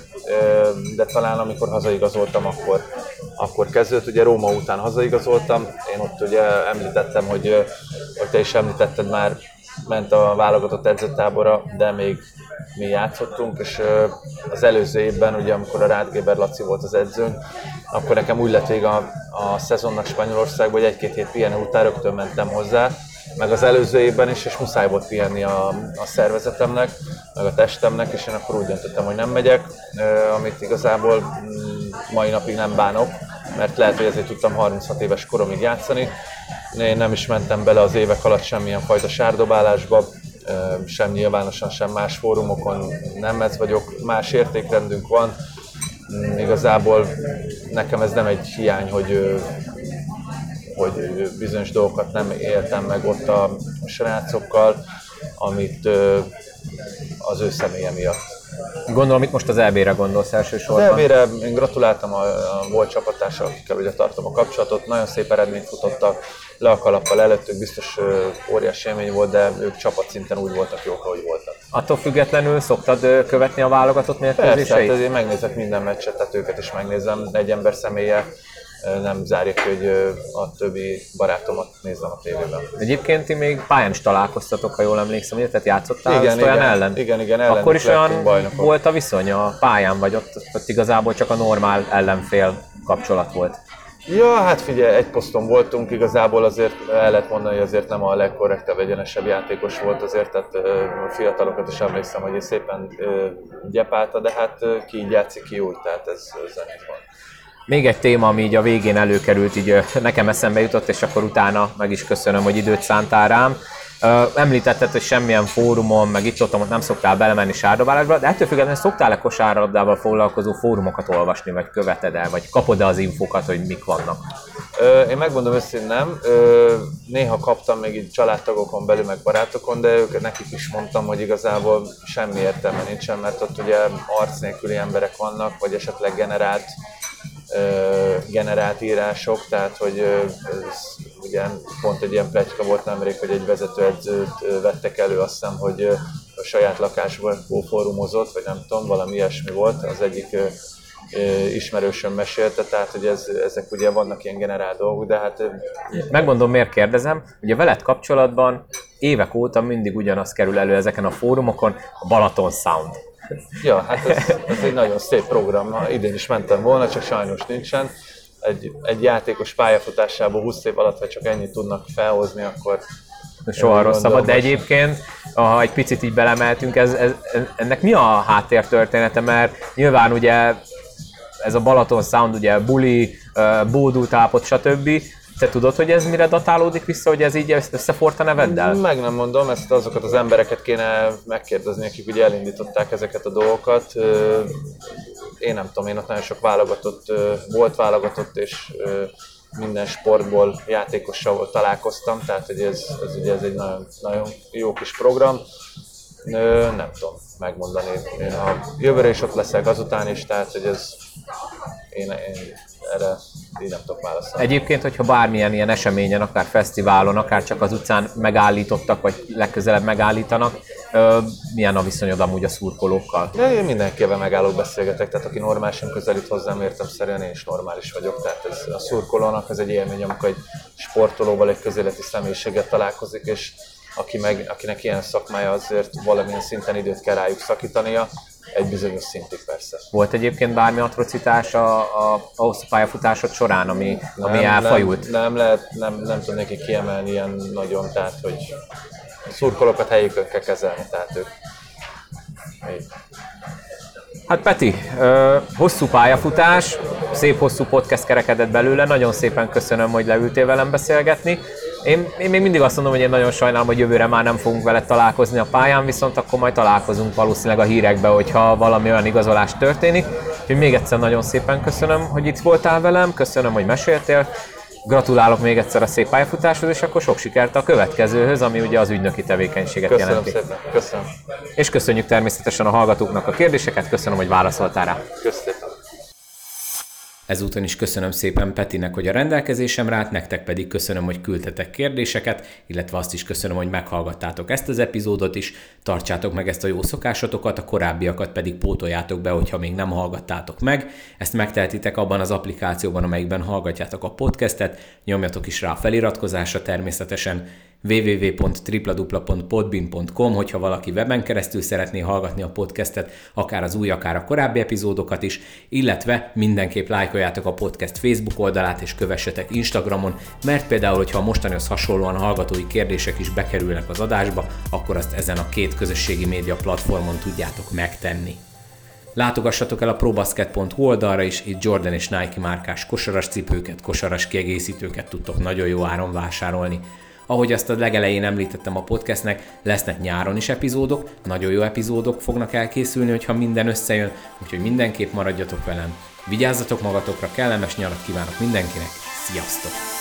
[SPEAKER 2] de talán amikor hazaigazoltam, akkor kezdődött. Ugye Róma után hazaigazoltam, én ott ugye említettem, hogy te is említetted már, ment a válogatott edzőtábora, de még mi játszottunk, és az előző évben, ugye, amikor a Rádgéber Laci volt az edzőnk, akkor nekem úgy lett vége a szezonnak Spanyolországban, hogy egy-két hét pihenő után rögtön mentem hozzá, meg az előző évben is, és muszáj volt pihenni a szervezetemnek, meg a testemnek, és én akkor úgy döntöttem, hogy nem megyek, amit igazából mai napig nem bánok, mert lehet, hogy ezért tudtam 36 éves koromig játszani. Én nem is mentem bele az évek alatt semmilyen fajta sárdobálásba, sem nyilvánosan, sem más fórumokon, nem ez vagyok, más értékrendünk van. Igazából nekem ez nem egy hiány, hogy bizonyos dolgokat nem éltem meg ott a srácokkal, amit az ő személye miatt.
[SPEAKER 1] Gondolom, itt most az EB-re gondolsz elsősorban.
[SPEAKER 2] Az EB-re én gratuláltam a volt csapattársal, akikkel ugye tartom a kapcsolatot, nagyon szép eredményt futottak, le a kalappal előttük, biztos óriási élmény volt, de ők csapatszinten úgy voltak jók, ahogy voltak.
[SPEAKER 1] Attól függetlenül szoktad követni a válogatott mérkőzéseit?
[SPEAKER 2] Persze, hát én megnézek minden meccset, tehát őket is megnézem, egy ember személye nem zárja ki, hogy a többi barátomat nézem a tévében.
[SPEAKER 1] Egyébként ti még pályán is találkoztatok, ha jól emlékszem, ugye? Tehát játszottál olyan ellen?
[SPEAKER 2] Igen,
[SPEAKER 1] akkor is olyan volt a viszony a pályán, vagy ott igazából csak a normál ellenfél kapcsolat volt?
[SPEAKER 2] Ja, hát figyelj, egy poszton voltunk, igazából azért el lehet mondani, hogy azért nem a legkorrektebb, egyenesebb játékos volt azért, tehát a fiatalokat is emlékszem, hogy szépen gyepálta, de hát ki így játszik, ki úgy, tehát ez így van.
[SPEAKER 1] Még egy téma, ami így a végén előkerült, így nekem eszembe jutott, és akkor utána meg is köszönöm, hogy időt szántál rám. Említetted, hogy semmilyen fórumon, meg itt-ott nem szoktál belemenni sárdobálásba, de ettől függetlenül szoktál-e kosárlabdával foglalkozó fórumokat olvasni, vagy követed el, vagy kapod-e az infokat, hogy mik vannak?
[SPEAKER 2] Én megmondom őszintén nem. Néha kaptam még így családtagokon belül, meg barátokon, de nekik is mondtam, hogy igazából semmi értelme nincsen, mert ott ugye arc nélküli emberek vannak, vagy esetleg generált írások, tehát hogy ez ugye pont egy ilyen pletyka volt nemrég, hogy egy vezetőedzőt vettek elő, azt hiszem, hogy a saját lakásban fórumozott, vagy nem tudom, valami ilyesmi volt, az egyik ismerősöm mesélte, tehát hogy ezek ugye vannak ilyen generált dolgok, de hát...
[SPEAKER 1] Megmondom, miért kérdezem, ugye veled kapcsolatban évek óta mindig ugyanaz kerül elő ezeken a fórumokon, a Balaton Sound.
[SPEAKER 2] Ja, hát ez egy nagyon szép program. Idén is mentem volna, csak sajnos nincsen. Egy játékos pályafutásában 20 év alatt, ha csak ennyit tudnak felhozni, akkor...
[SPEAKER 1] Soha rosszabbat, de egyébként, ha egy picit így belemeltünk, ennek mi a háttértörténete, mert nyilván ugye ez a Balaton Sound, ugye buli, bódultápot, stb. Te tudod, hogy ez mire datálódik vissza, hogy ez így összeforrt a neveddel?
[SPEAKER 2] Meg nem mondom, ezt azokat az embereket kéne megkérdezni, akik ugye elindították ezeket a dolgokat. Én nem tudom, én ott nagyon sok válogatott és minden sportból játékossal találkoztam, tehát hogy ez egy nagyon, nagyon jó kis program. Nem tudom megmondani, én a jövőre is ott leszek, azután is, tehát hogy ez én erre így nem tudok válaszolni.
[SPEAKER 1] Egyébként, hogyha bármilyen ilyen eseményen, akár fesztiválon, akár csak az utcán megállítottak, vagy legközelebb megállítanak, milyen a viszonyod amúgy a szurkolókkal?
[SPEAKER 2] De én mindenkivel megállok, beszélgetek, tehát aki normálisan közelít hozzám, értelemszerűen én is normális vagyok. Tehát ez a szurkolónak ez egy élmény, amikor egy sportolóval, egy közéleti személyiséggel találkozik, és akinek ilyen szakmája, azért valamilyen szinten időt kell rájuk szakítania, egy bizonyos szintig persze.
[SPEAKER 1] Volt egyébként bármi atrocitás a hosszú pályafutásod során, ami elfajult?
[SPEAKER 2] Nem tudnék neki kiemelni ilyen nagyon, tehát hogy a szurkolókat helyükön kell kezelni, tehát ők.
[SPEAKER 1] Hát Peti, hosszú pályafutás, szép hosszú podcast kerekedett belőle, nagyon szépen köszönöm, hogy leültél velem beszélgetni. Én még mindig azt mondom, hogy én nagyon sajnálom, hogy jövőre már nem fogunk veled találkozni a pályán, viszont akkor majd találkozunk valószínűleg a hírekben, hogyha valami olyan igazolás történik. Úgyhogy még egyszer nagyon szépen köszönöm, hogy itt voltál velem, köszönöm, hogy meséltél. Gratulálok még egyszer a szép pályafutáshoz, és akkor sok sikert a következőhöz, ami ugye az ügynöki tevékenységet jelenti.
[SPEAKER 2] Köszönöm szépen, köszönöm.
[SPEAKER 1] És köszönjük természetesen a hallgatóknak a kérdéseket, köszönöm, hogy válaszoltál rá.
[SPEAKER 2] Köszönöm.
[SPEAKER 1] Ezúton is köszönöm szépen Petinek, hogy a rendelkezésemre állt, nektek pedig köszönöm, hogy küldtetek kérdéseket, illetve azt is köszönöm, hogy meghallgattátok ezt az epizódot is, tartsátok meg ezt a jó szokásotokat, a korábbiakat pedig pótoljátok be, hogyha még nem hallgattátok meg. Ezt megtehetitek abban az applikációban, amelyikben hallgatjátok a podcastet, nyomjatok is rá a feliratkozásra természetesen, www.tripladupla.podbean.com, hogyha valaki weben keresztül szeretné hallgatni a podcastet, akár az új, akár a korábbi epizódokat is, illetve mindenképp lájkoljátok a podcast Facebook oldalát és kövessetek Instagramon, mert például, hogyha a mostanihoz hasonlóan hallgatói kérdések is bekerülnek az adásba, akkor azt ezen a két közösségi média platformon tudjátok megtenni. Látogassatok el a probasket.hu oldalra is, itt Jordan és Nike márkás kosaras cipőket, kosaras kiegészítőket tudtok nagyon jó áron vásárolni. Ahogy azt a legelején említettem a podcastnek, lesznek nyáron is epizódok, nagyon jó epizódok fognak elkészülni, hogyha minden összejön, úgyhogy mindenképp maradjatok velem. Vigyázzatok magatokra, kellemes nyarat kívánok mindenkinek, sziasztok!